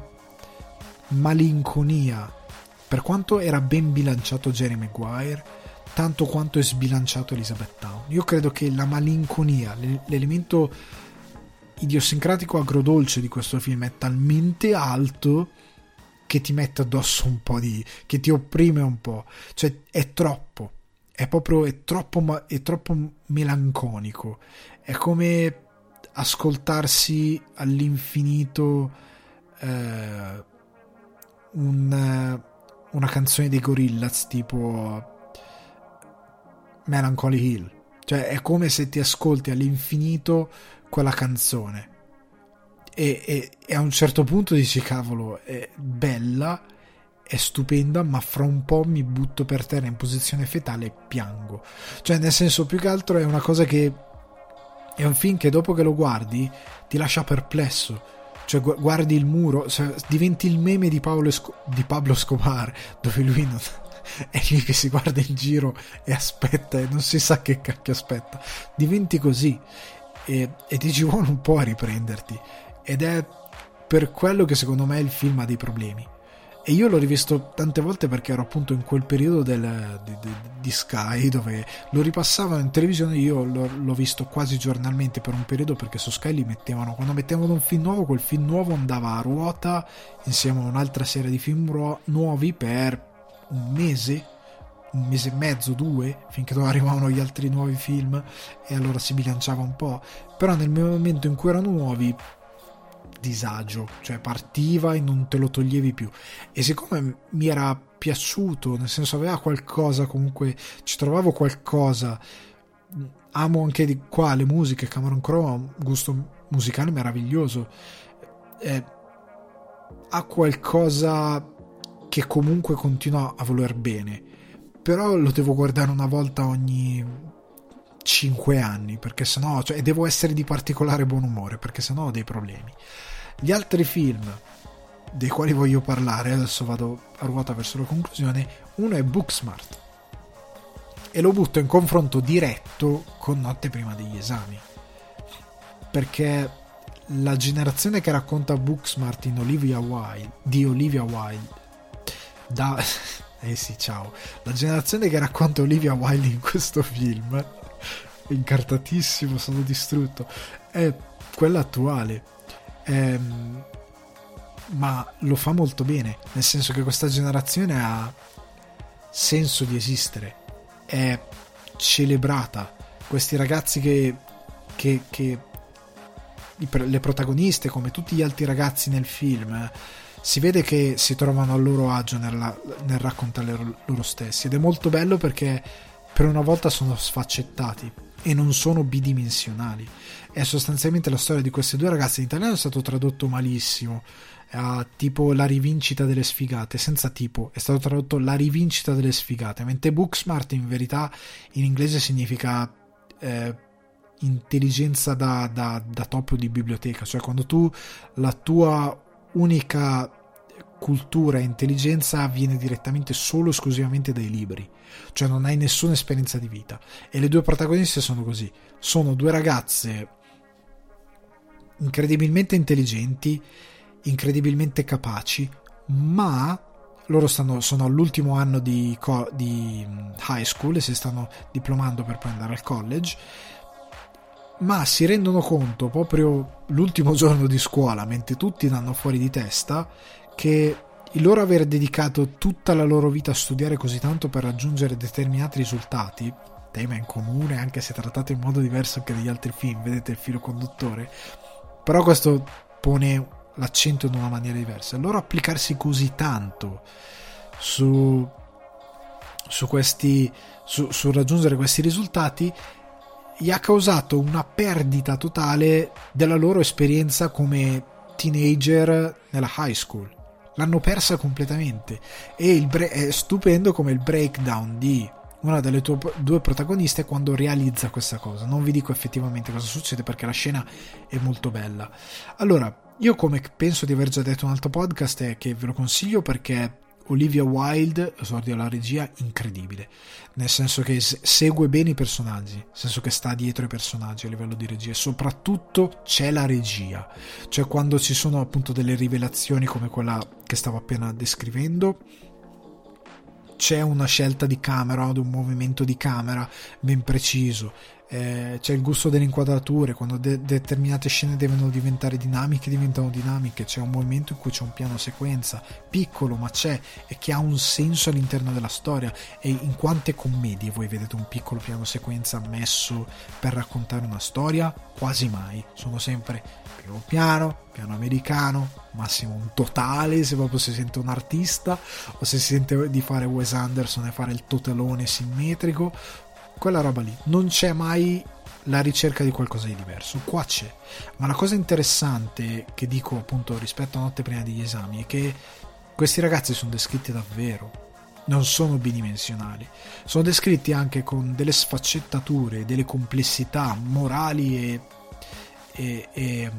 malinconia, per quanto era ben bilanciato Jerry Maguire, tanto quanto è sbilanciato Elizabeth Town. Io credo che la malinconia, l'elemento idiosincratico agrodolce di questo film è talmente alto che ti mette addosso un po' di, che ti opprime un po', cioè è troppo. È proprio è troppo, è troppo melanconico. È come ascoltarsi all'infinito eh, un, una canzone dei Gorillaz tipo Melancholy Hill. Cioè è come se ti ascolti all'infinito quella canzone e, e, e a un certo punto dici cavolo, è bella, è stupenda, ma fra un po' mi butto per terra in posizione fetale e piango. Cioè, nel senso, più che altro è una cosa che è un film che dopo che lo guardi ti lascia perplesso. Cioè, guardi il muro, cioè, diventi il meme di Pablo, Esco- di Pablo Escobar, dove lui non è lì che si guarda in giro e aspetta e non si sa che cacchio aspetta. Diventi così e, e ti ci vuole un po' a riprenderti, ed è per quello che secondo me il film ha dei problemi. E io l'ho rivisto tante volte perché ero appunto in quel periodo del, di, di, di Sky dove lo ripassavano in televisione. Io l'ho, l'ho visto quasi giornalmente per un periodo, perché su Sky li mettevano, quando mettevano un film nuovo, quel film nuovo andava a ruota insieme a un'altra serie di film ruo- nuovi per un mese, un mese e mezzo, due, finché non arrivavano gli altri nuovi film, e allora si bilanciava un po'. Però nel momento in cui erano nuovi, disagio, cioè partiva e non te lo toglievi più. E siccome mi era piaciuto, nel senso aveva qualcosa, comunque ci trovavo qualcosa, amo anche di qua le musiche, Cameron Crowe ha un gusto musicale meraviglioso, eh, ha qualcosa che comunque continua a voler bene, però lo devo guardare una volta ogni cinque anni, perché sennò, cioè, devo essere di particolare buon umore, perché sennò ho dei problemi. Gli altri film dei quali voglio parlare, adesso vado a ruota verso la conclusione, uno è Booksmart, e lo butto in confronto diretto con Notte prima degli esami, perché la generazione che racconta Booksmart in Olivia Wilde, di Olivia Wilde da eh sì, ciao, la generazione che racconta Olivia Wilde in questo film, incartatissimo, sono distrutto, è quella attuale. Ehm, ma lo fa molto bene, nel senso che questa generazione ha senso di esistere, è celebrata. Questi ragazzi che, che, che le protagoniste, come tutti gli altri ragazzi nel film, si vede che si trovano a loro agio nella, nel raccontare loro stessi, ed è molto bello perché per una volta sono sfaccettati e non sono bidimensionali. È sostanzialmente la storia di queste due ragazze. In italiano è stato tradotto malissimo, uh, tipo La rivincita delle sfigate, senza tipo, è stato tradotto La rivincita delle sfigate, mentre Booksmart in verità in inglese significa eh, intelligenza da, da, da topo di biblioteca, cioè quando tu, la tua unica cultura e intelligenza viene direttamente solo esclusivamente dai libri, cioè non hai nessuna esperienza di vita. E le due protagoniste sono così, sono due ragazze incredibilmente intelligenti, incredibilmente capaci, ma loro stanno, sono all'ultimo anno di, co- di high school e si stanno diplomando per poi andare al college, ma si rendono conto proprio l'ultimo giorno di scuola, mentre tutti danno fuori di testa, che il loro aver dedicato tutta la loro vita a studiare così tanto per raggiungere determinati risultati, tema in comune anche se trattato in modo diverso che negli altri film, vedete il filo conduttore, però questo pone l'accento in una maniera diversa. Il loro applicarsi così tanto su, su questi su, su raggiungere questi risultati gli ha causato una perdita totale della loro esperienza come teenager nella high school. L'hanno persa completamente, e il bre- è stupendo come il breakdown di una delle tue due protagoniste quando realizza questa cosa. Non vi dico effettivamente cosa succede perché la scena è molto bella. Allora, io, come penso di aver già detto in un altro podcast, è che ve lo consiglio perché Olivia Wilde, esordio alla regia, incredibile, nel senso che segue bene i personaggi, nel senso che sta dietro i personaggi a livello di regia, e soprattutto c'è la regia, cioè quando ci sono appunto delle rivelazioni come quella che stavo appena descrivendo, c'è una scelta di camera, di un movimento di camera ben preciso, eh, c'è il gusto delle inquadrature, quando de- determinate scene devono diventare dinamiche diventano dinamiche, c'è un movimento in cui c'è un piano sequenza piccolo ma c'è, e che ha un senso all'interno della storia. E in quante commedie voi vedete un piccolo piano sequenza messo per raccontare una storia? Quasi mai, sono sempre primo piano, piano americano, massimo un totale se proprio si sente un artista, o se si sente di fare Wes Anderson e fare il totelone simmetrico, quella roba lì. Non c'è mai la ricerca di qualcosa di diverso, qua c'è. Ma la cosa interessante che dico appunto rispetto a Notte prima degli esami è che questi ragazzi sono descritti davvero, non sono bidimensionali, sono descritti anche con delle sfaccettature, delle complessità morali e e, e,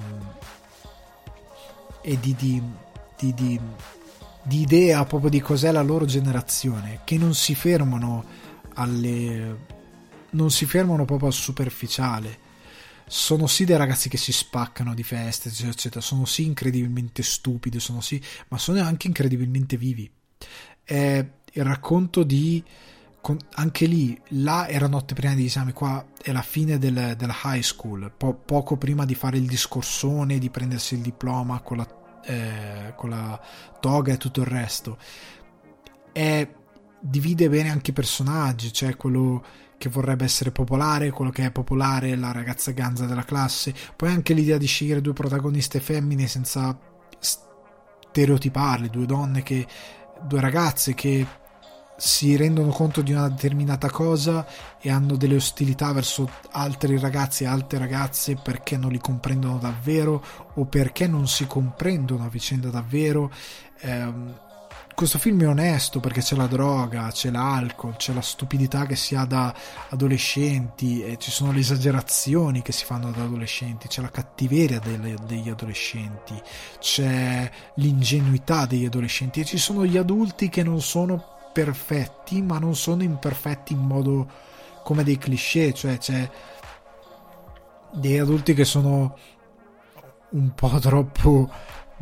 e di, di, di, di, di idea proprio di cos'è la loro generazione, che non si fermano alle non si fermano proprio al superficiale. Sono sì dei ragazzi che si spaccano di feste eccetera, eccetera, sono sì incredibilmente stupidi, sono sì, ma sono anche incredibilmente vivi. È il racconto di, anche lì, là era Notte prima degli esami, qua è la fine del, della high school, po- poco prima di fare il discorsone, di prendersi il diploma con la, eh, con la toga e tutto il resto. È, divide bene anche i personaggi, cioè quello che vorrebbe essere popolare, quello che è popolare, la ragazza ganza della classe, poi anche l'idea di scegliere due protagoniste femmine senza stereotiparle, due donne che, due ragazze che si rendono conto di una determinata cosa e hanno delle ostilità verso altri ragazzi e altre ragazze perché non li comprendono davvero o perché non si comprendono a vicenda davvero. Ehm, questo film è onesto perché c'è la droga, c'è l'alcol, c'è la stupidità che si ha da adolescenti, e ci sono le esagerazioni che si fanno da adolescenti, c'è la cattiveria delle, degli adolescenti, c'è l'ingenuità degli adolescenti, e ci sono gli adulti che non sono perfetti, ma non sono imperfetti in modo come dei cliché, cioè c'è degli adulti che sono un po' troppo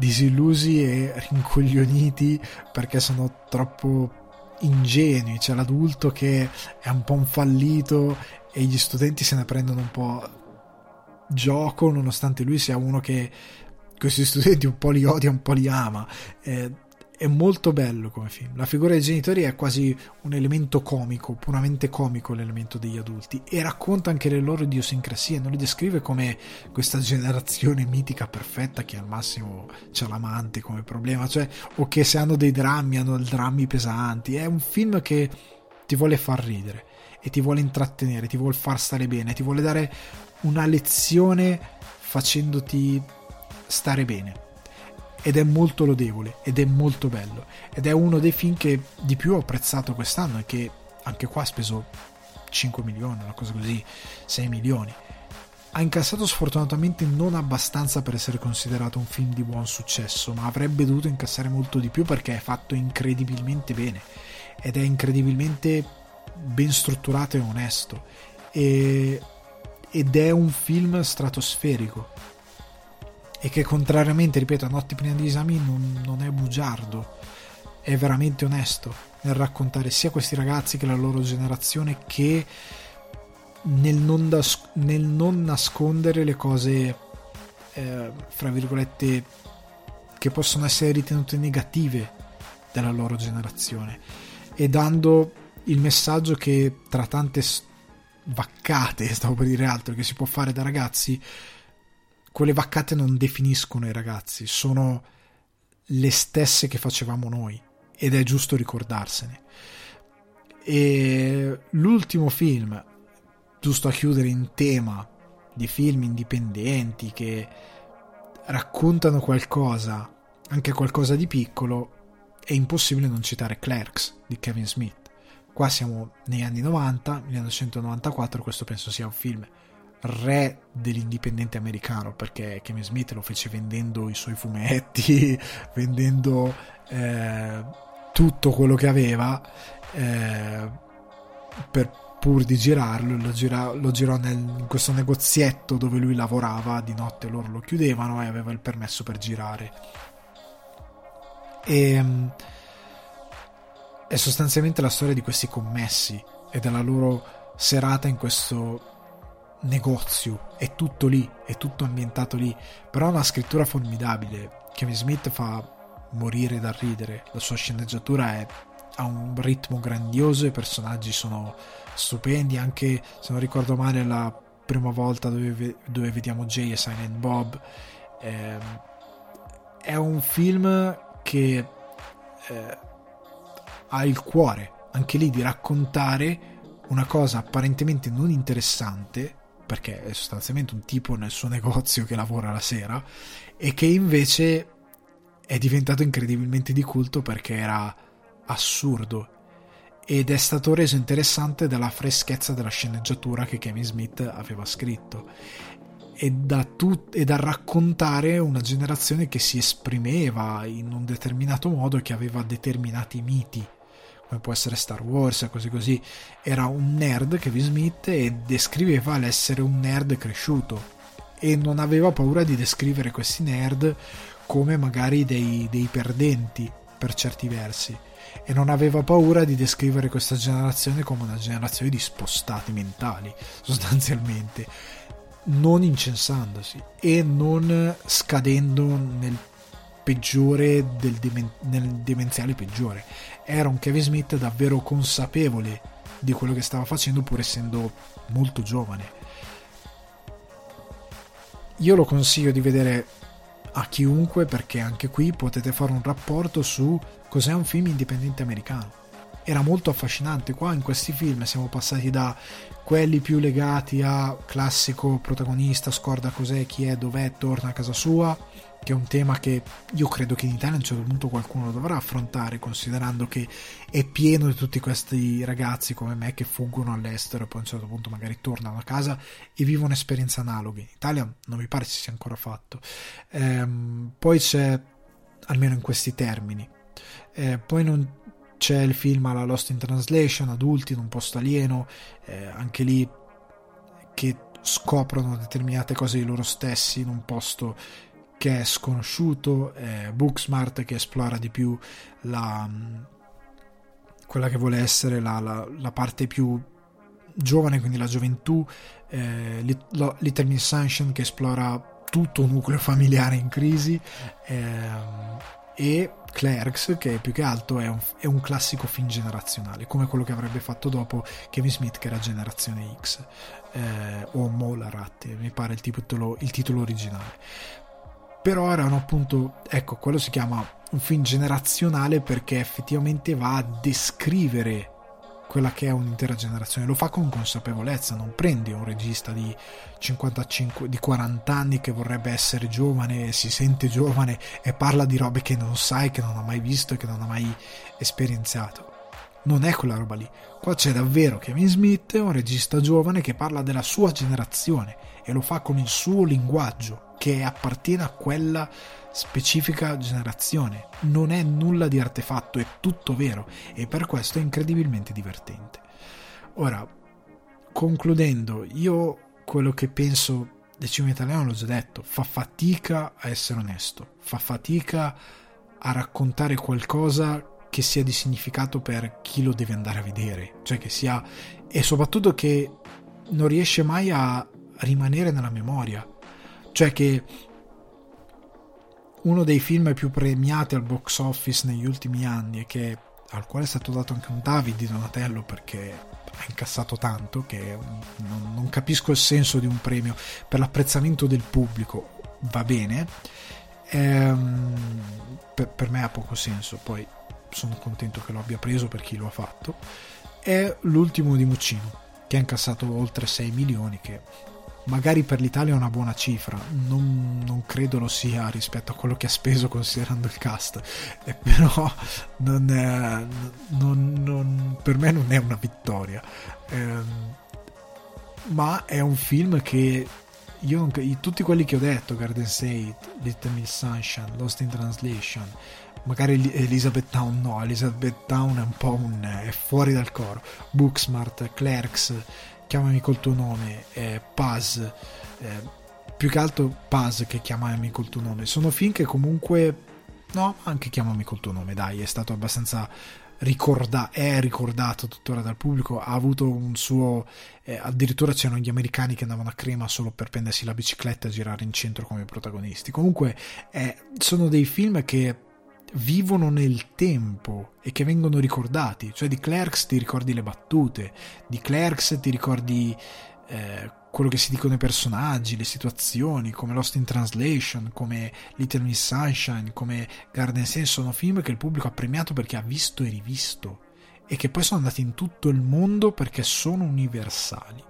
disillusi e rincoglioniti perché sono troppo ingenui. C'è l'adulto che è un po' un fallito e gli studenti se ne prendono un po' gioco, nonostante lui sia uno che questi studenti un po' li odia, un po' li ama. Eh, è molto bello come film. La figura dei genitori è quasi un elemento comico, puramente comico l'elemento degli adulti, e racconta anche le loro idiosincrasie, non li descrive come questa generazione mitica perfetta che al massimo c'ha l'amante come problema, cioè, o che se hanno dei drammi hanno drammi pesanti. È un film che ti vuole far ridere e ti vuole intrattenere, ti vuole far stare bene, ti vuole dare una lezione facendoti stare bene, ed è molto lodevole ed è molto bello, ed è uno dei film che di più ho apprezzato quest'anno, e che anche qua ha speso cinque milioni, una cosa così, sei milioni. Ha incassato sfortunatamente non abbastanza per essere considerato un film di buon successo, ma avrebbe dovuto incassare molto di più perché è fatto incredibilmente bene ed è incredibilmente ben strutturato e onesto, e, ed è un film stratosferico, e che contrariamente, ripeto, a Notti prima degli esami non, non è bugiardo, è veramente onesto nel raccontare sia questi ragazzi che la loro generazione, che nel non, das- nel non nascondere le cose eh, fra virgolette che possono essere ritenute negative della loro generazione, e dando il messaggio che tra tante vaccate, stavo per dire altro, che si può fare da ragazzi, quelle vaccate non definiscono i ragazzi, sono le stesse che facevamo noi, ed è giusto ricordarsene. E l'ultimo film, giusto a chiudere in tema di film indipendenti che raccontano qualcosa, anche qualcosa di piccolo, è impossibile non citare Clerks di Kevin Smith. Qua siamo negli anni novanta, millenovecentonovantaquattro, questo penso sia un film re dell'indipendente americano, perché Kevin Smith lo fece vendendo i suoi fumetti, vendendo eh, tutto quello che aveva eh, per pur di girarlo. Lo, gira, lo girò nel, in questo negozietto dove lui lavorava di notte, loro lo chiudevano e aveva il permesso per girare, e è sostanzialmente la storia di questi commessi e della loro serata in questo negozio. È tutto lì, è tutto ambientato lì, però ha una scrittura formidabile. Kevin Smith fa morire dal ridere, la sua sceneggiatura è, ha un ritmo grandioso, i personaggi sono stupendi, anche se non ricordo male la prima volta dove, dove vediamo Jay e Silent Bob. Eh, è un film che eh, ha il cuore anche lì di raccontare una cosa apparentemente non interessante, perché è sostanzialmente un tipo nel suo negozio che lavora la sera, e che invece è diventato incredibilmente di culto perché era assurdo, ed è stato reso interessante dalla freschezza della sceneggiatura che Kevin Smith aveva scritto, e da tut- e da raccontare una generazione che si esprimeva in un determinato modo e che aveva determinati miti, come può essere Star Wars, così così. Era un nerd Kevin Smith e descriveva l'essere un nerd cresciuto, e non aveva paura di descrivere questi nerd come magari dei, dei perdenti per certi versi, e non aveva paura di descrivere questa generazione come una generazione di spostati mentali, sostanzialmente, non incensandosi e non scadendo nel peggiore del demen- nel demenziale peggiore. Era un Kevin Smith davvero consapevole di quello che stava facendo, pur essendo molto giovane. Io lo consiglio di vedere a chiunque, perché anche qui potete fare un rapporto su cos'è un film indipendente americano. Era molto affascinante. Qua in questi film siamo passati da quelli più legati a classico protagonista, scorda cos'è, chi è, dov'è, torna a casa sua, che è un tema che io credo che in Italia a un certo punto qualcuno lo dovrà affrontare, considerando che è pieno di tutti questi ragazzi come me che fuggono all'estero e poi a un certo punto magari tornano a casa e vivono esperienze analoghe. In Italia non mi pare si sia ancora fatto. Ehm, poi c'è, almeno in questi termini, eh, poi non c'è il film alla Lost in Translation, adulti in un posto alieno, eh, anche lì che scoprono determinate cose di loro stessi in un posto che è sconosciuto, eh, Booksmart che esplora di più la quella che vuole essere la, la, la parte più giovane, quindi la gioventù, eh, Little Miss Sunshine che esplora tutto un nucleo familiare in crisi, eh, e Clerks che più che altro è un, è un classico film generazionale, come quello che avrebbe fatto dopo Kevin Smith, che era Generazione X, eh, o Mallrats mi pare il titolo, il titolo originale. Però erano appunto, ecco, quello si chiama un film generazionale perché effettivamente va a descrivere quella che è un'intera generazione, lo fa con consapevolezza, non prendi un regista di cinquantacinque, di quaranta anni che vorrebbe essere giovane, si sente giovane e parla di robe che non sai, che non ha mai visto e che non ha mai esperienziato. Non è quella roba lì. Qua c'è davvero Kevin Smith, un regista giovane che parla della sua generazione e lo fa con il suo linguaggio che appartiene a quella specifica generazione. Non è nulla di artefatto, è tutto vero, e per questo è incredibilmente divertente. Ora, concludendo, io quello che penso del cinema italiano l'ho già detto, fa fatica a essere onesto, fa fatica a raccontare qualcosa che sia di significato per chi lo deve andare a vedere, cioè che sia, e soprattutto che non riesce mai a rimanere nella memoria, cioè che uno dei film più premiati al box office negli ultimi anni, e che al quale è stato dato anche un David di Donatello perché ha incassato tanto, che non, non capisco il senso di un premio per l'apprezzamento del pubblico, va bene, ehm, per, per me ha poco senso, poi sono contento che lo abbia preso per chi lo ha fatto. È L'ultimo di Muccino, che ha incassato oltre sei milioni, che magari per l'Italia è una buona cifra, non, non credo lo sia rispetto a quello che ha speso considerando il cast, eh, però non è, non, non, per me non è una vittoria, eh, ma è un film che io non, tutti quelli che ho detto, Garden State, Little Miss Sunshine, Lost in Translation, magari Elizabethtown no, Elizabethtown è un po' un, è fuori dal coro, Booksmart, Clerks, Chiamami col tuo nome, eh, Paz, eh, più che altro Paz che Chiamami col tuo nome, sono film che comunque, no, anche Chiamami col tuo nome, dai, è stato abbastanza ricordato, è ricordato tuttora dal pubblico, ha avuto un suo, eh, addirittura c'erano gli americani che andavano a Crema solo per prendersi la bicicletta e girare in centro come protagonisti. Comunque eh, sono dei film che vivono nel tempo e che vengono ricordati, cioè di Clerks ti ricordi le battute, di Clerks ti ricordi eh, quello che si dicono i personaggi, le situazioni, come Lost in Translation, come Little Miss Sunshine, come Garden State. Sono film che il pubblico ha premiato perché ha visto e rivisto e che poi sono andati in tutto il mondo perché sono universali.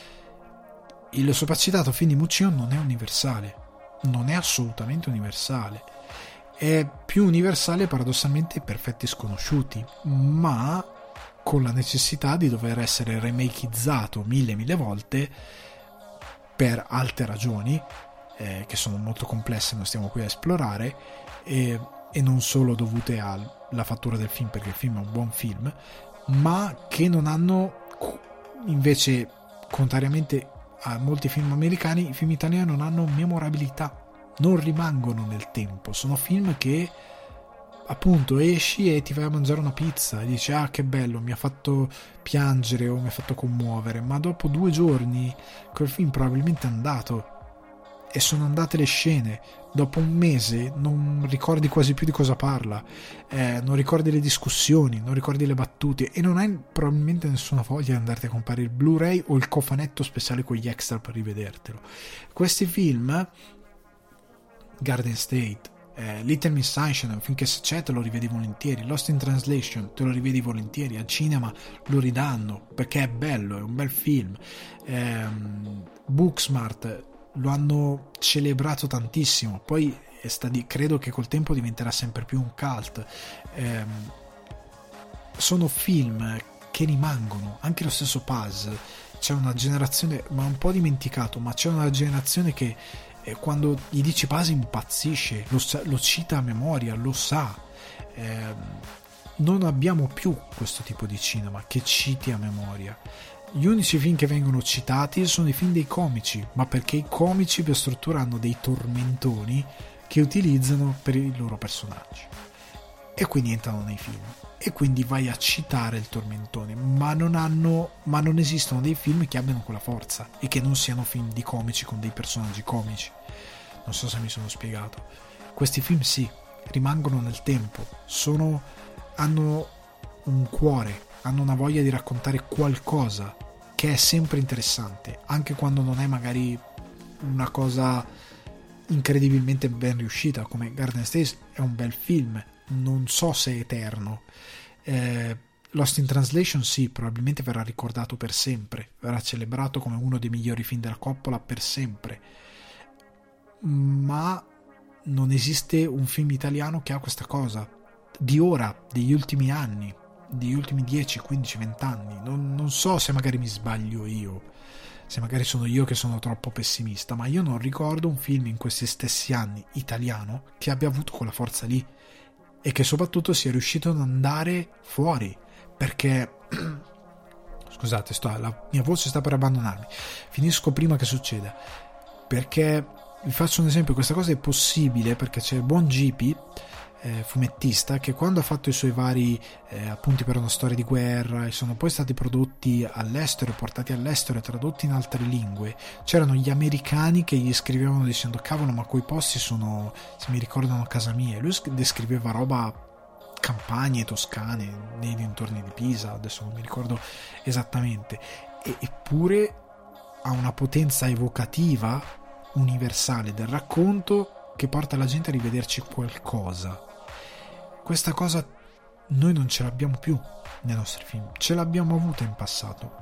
Il sopracitato film di Muccino non è universale, non è assolutamente universale, è più universale paradossalmente Perfetti Sconosciuti, ma con la necessità di dover essere remakeizzato mille mille volte per alte ragioni, eh, che sono molto complesse, non stiamo qui a esplorare, e, e non solo dovute alla fattura del film, perché il film è un buon film, ma che non hanno, invece, contrariamente a molti film americani, i film italiani non hanno memorabilità, non rimangono nel tempo, sono film che appunto esci e ti vai a mangiare una pizza e dici ah che bello, mi ha fatto piangere o mi ha fatto commuovere, ma dopo due giorni quel film probabilmente è andato e sono andate le scene, dopo un mese non ricordi quasi più di cosa parla, eh, non ricordi le discussioni, non ricordi le battute e non hai probabilmente nessuna voglia di andarti a comprare il Blu-ray o il cofanetto speciale con gli extra per rivedertelo. Questi film, Garden State, eh, Little Miss Sunshine, un film che se c'è te lo rivedi volentieri, Lost in Translation te lo rivedi volentieri, al cinema lo ridanno perché è bello, è un bel film, eh, Booksmart lo hanno celebrato tantissimo, poi è stati, credo che col tempo diventerà sempre più un cult, eh, sono film che rimangono, anche lo stesso Paz, c'è una generazione, ma un po' dimenticato, ma c'è una generazione che quando gli dici Paz impazzisce, lo, sa, lo cita a memoria, lo sa, eh, non abbiamo più questo tipo di cinema che citi a memoria. Gli unici film che vengono citati sono i film dei comici, ma perché i comici per struttura hanno dei tormentoni che utilizzano per i loro personaggi, e quindi entrano nei film, e quindi vai a citare il tormentone, ma non hanno ma non esistono dei film che abbiano quella forza e che non siano film di comici con dei personaggi comici. Non so se mi sono spiegato. Questi film sì, rimangono nel tempo, sono hanno un cuore, hanno una voglia di raccontare qualcosa che è sempre interessante, anche quando non è magari una cosa incredibilmente ben riuscita, come Garden State è un bel film, non so se è eterno. eh, Lost in Translation sì, probabilmente verrà ricordato per sempre, verrà celebrato come uno dei migliori film della Coppola per sempre, ma non esiste un film italiano che ha questa cosa di ora, degli ultimi anni, degli ultimi dieci, quindici, venti anni. Non, non so se magari mi sbaglio io, se magari sono io che sono troppo pessimista, ma io non ricordo un film in questi stessi anni italiano che abbia avuto quella forza lì e che soprattutto sia riuscito ad andare fuori, perché scusate, sto, la mia voce sta per abbandonarmi, finisco prima che succeda, perché vi faccio un esempio. Questa cosa è possibile perché c'è il buon G P, eh, fumettista, che quando ha fatto i suoi vari eh, appunti per una storia di guerra e sono poi stati prodotti all'estero, portati all'estero e tradotti in altre lingue, c'erano gli americani che gli scrivevano dicendo cavolo, ma quei posti sono, se mi ricordano, casa mia, e lui descriveva roba, campagne toscane nei dintorni di Pisa, adesso non mi ricordo esattamente, e, eppure ha una potenza evocativa universale del racconto che porta la gente a rivederci qualcosa. Questa cosa noi non ce l'abbiamo più nei nostri film, ce l'abbiamo avuta in passato,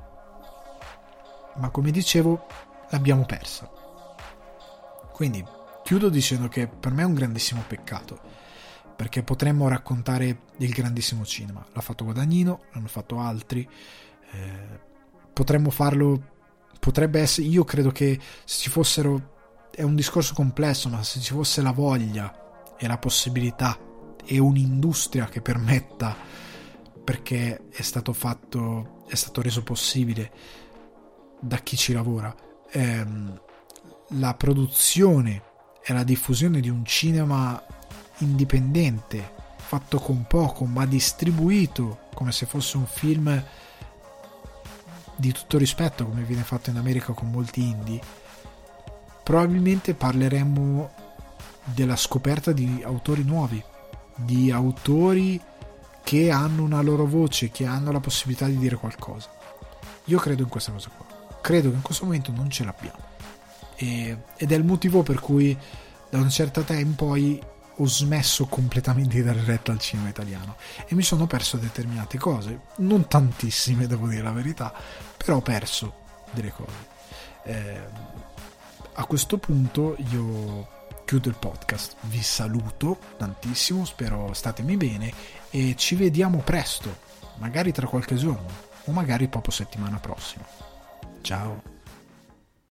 ma come dicevo l'abbiamo persa. Quindi chiudo dicendo che per me è un grandissimo peccato, perché potremmo raccontare del grandissimo cinema. L'ha fatto Guadagnino, l'hanno fatto altri, eh, potremmo farlo, potrebbe essere, io credo che se ci fossero, è un discorso complesso, ma se ci fosse la voglia e la possibilità e un'industria che permetta, perché è stato fatto, è stato reso possibile da chi ci lavora, ehm, la produzione e la diffusione di un cinema indipendente, fatto con poco ma distribuito come se fosse un film di tutto rispetto, come viene fatto in America con molti indie, probabilmente parleremmo della scoperta di autori nuovi, di autori che hanno una loro voce, che hanno la possibilità di dire qualcosa. Io credo in questa cosa qua, credo che in questo momento non ce l'abbiamo, e, ed è il motivo per cui da una certa età in poi ho smesso completamente di dare retta al cinema italiano e mi sono perso determinate cose, non tantissime, devo dire la verità, però ho perso delle cose. Eh, a questo punto io chiudo il podcast, vi saluto tantissimo, spero statemi bene e ci vediamo presto, magari tra qualche giorno o magari proprio settimana prossima. Ciao.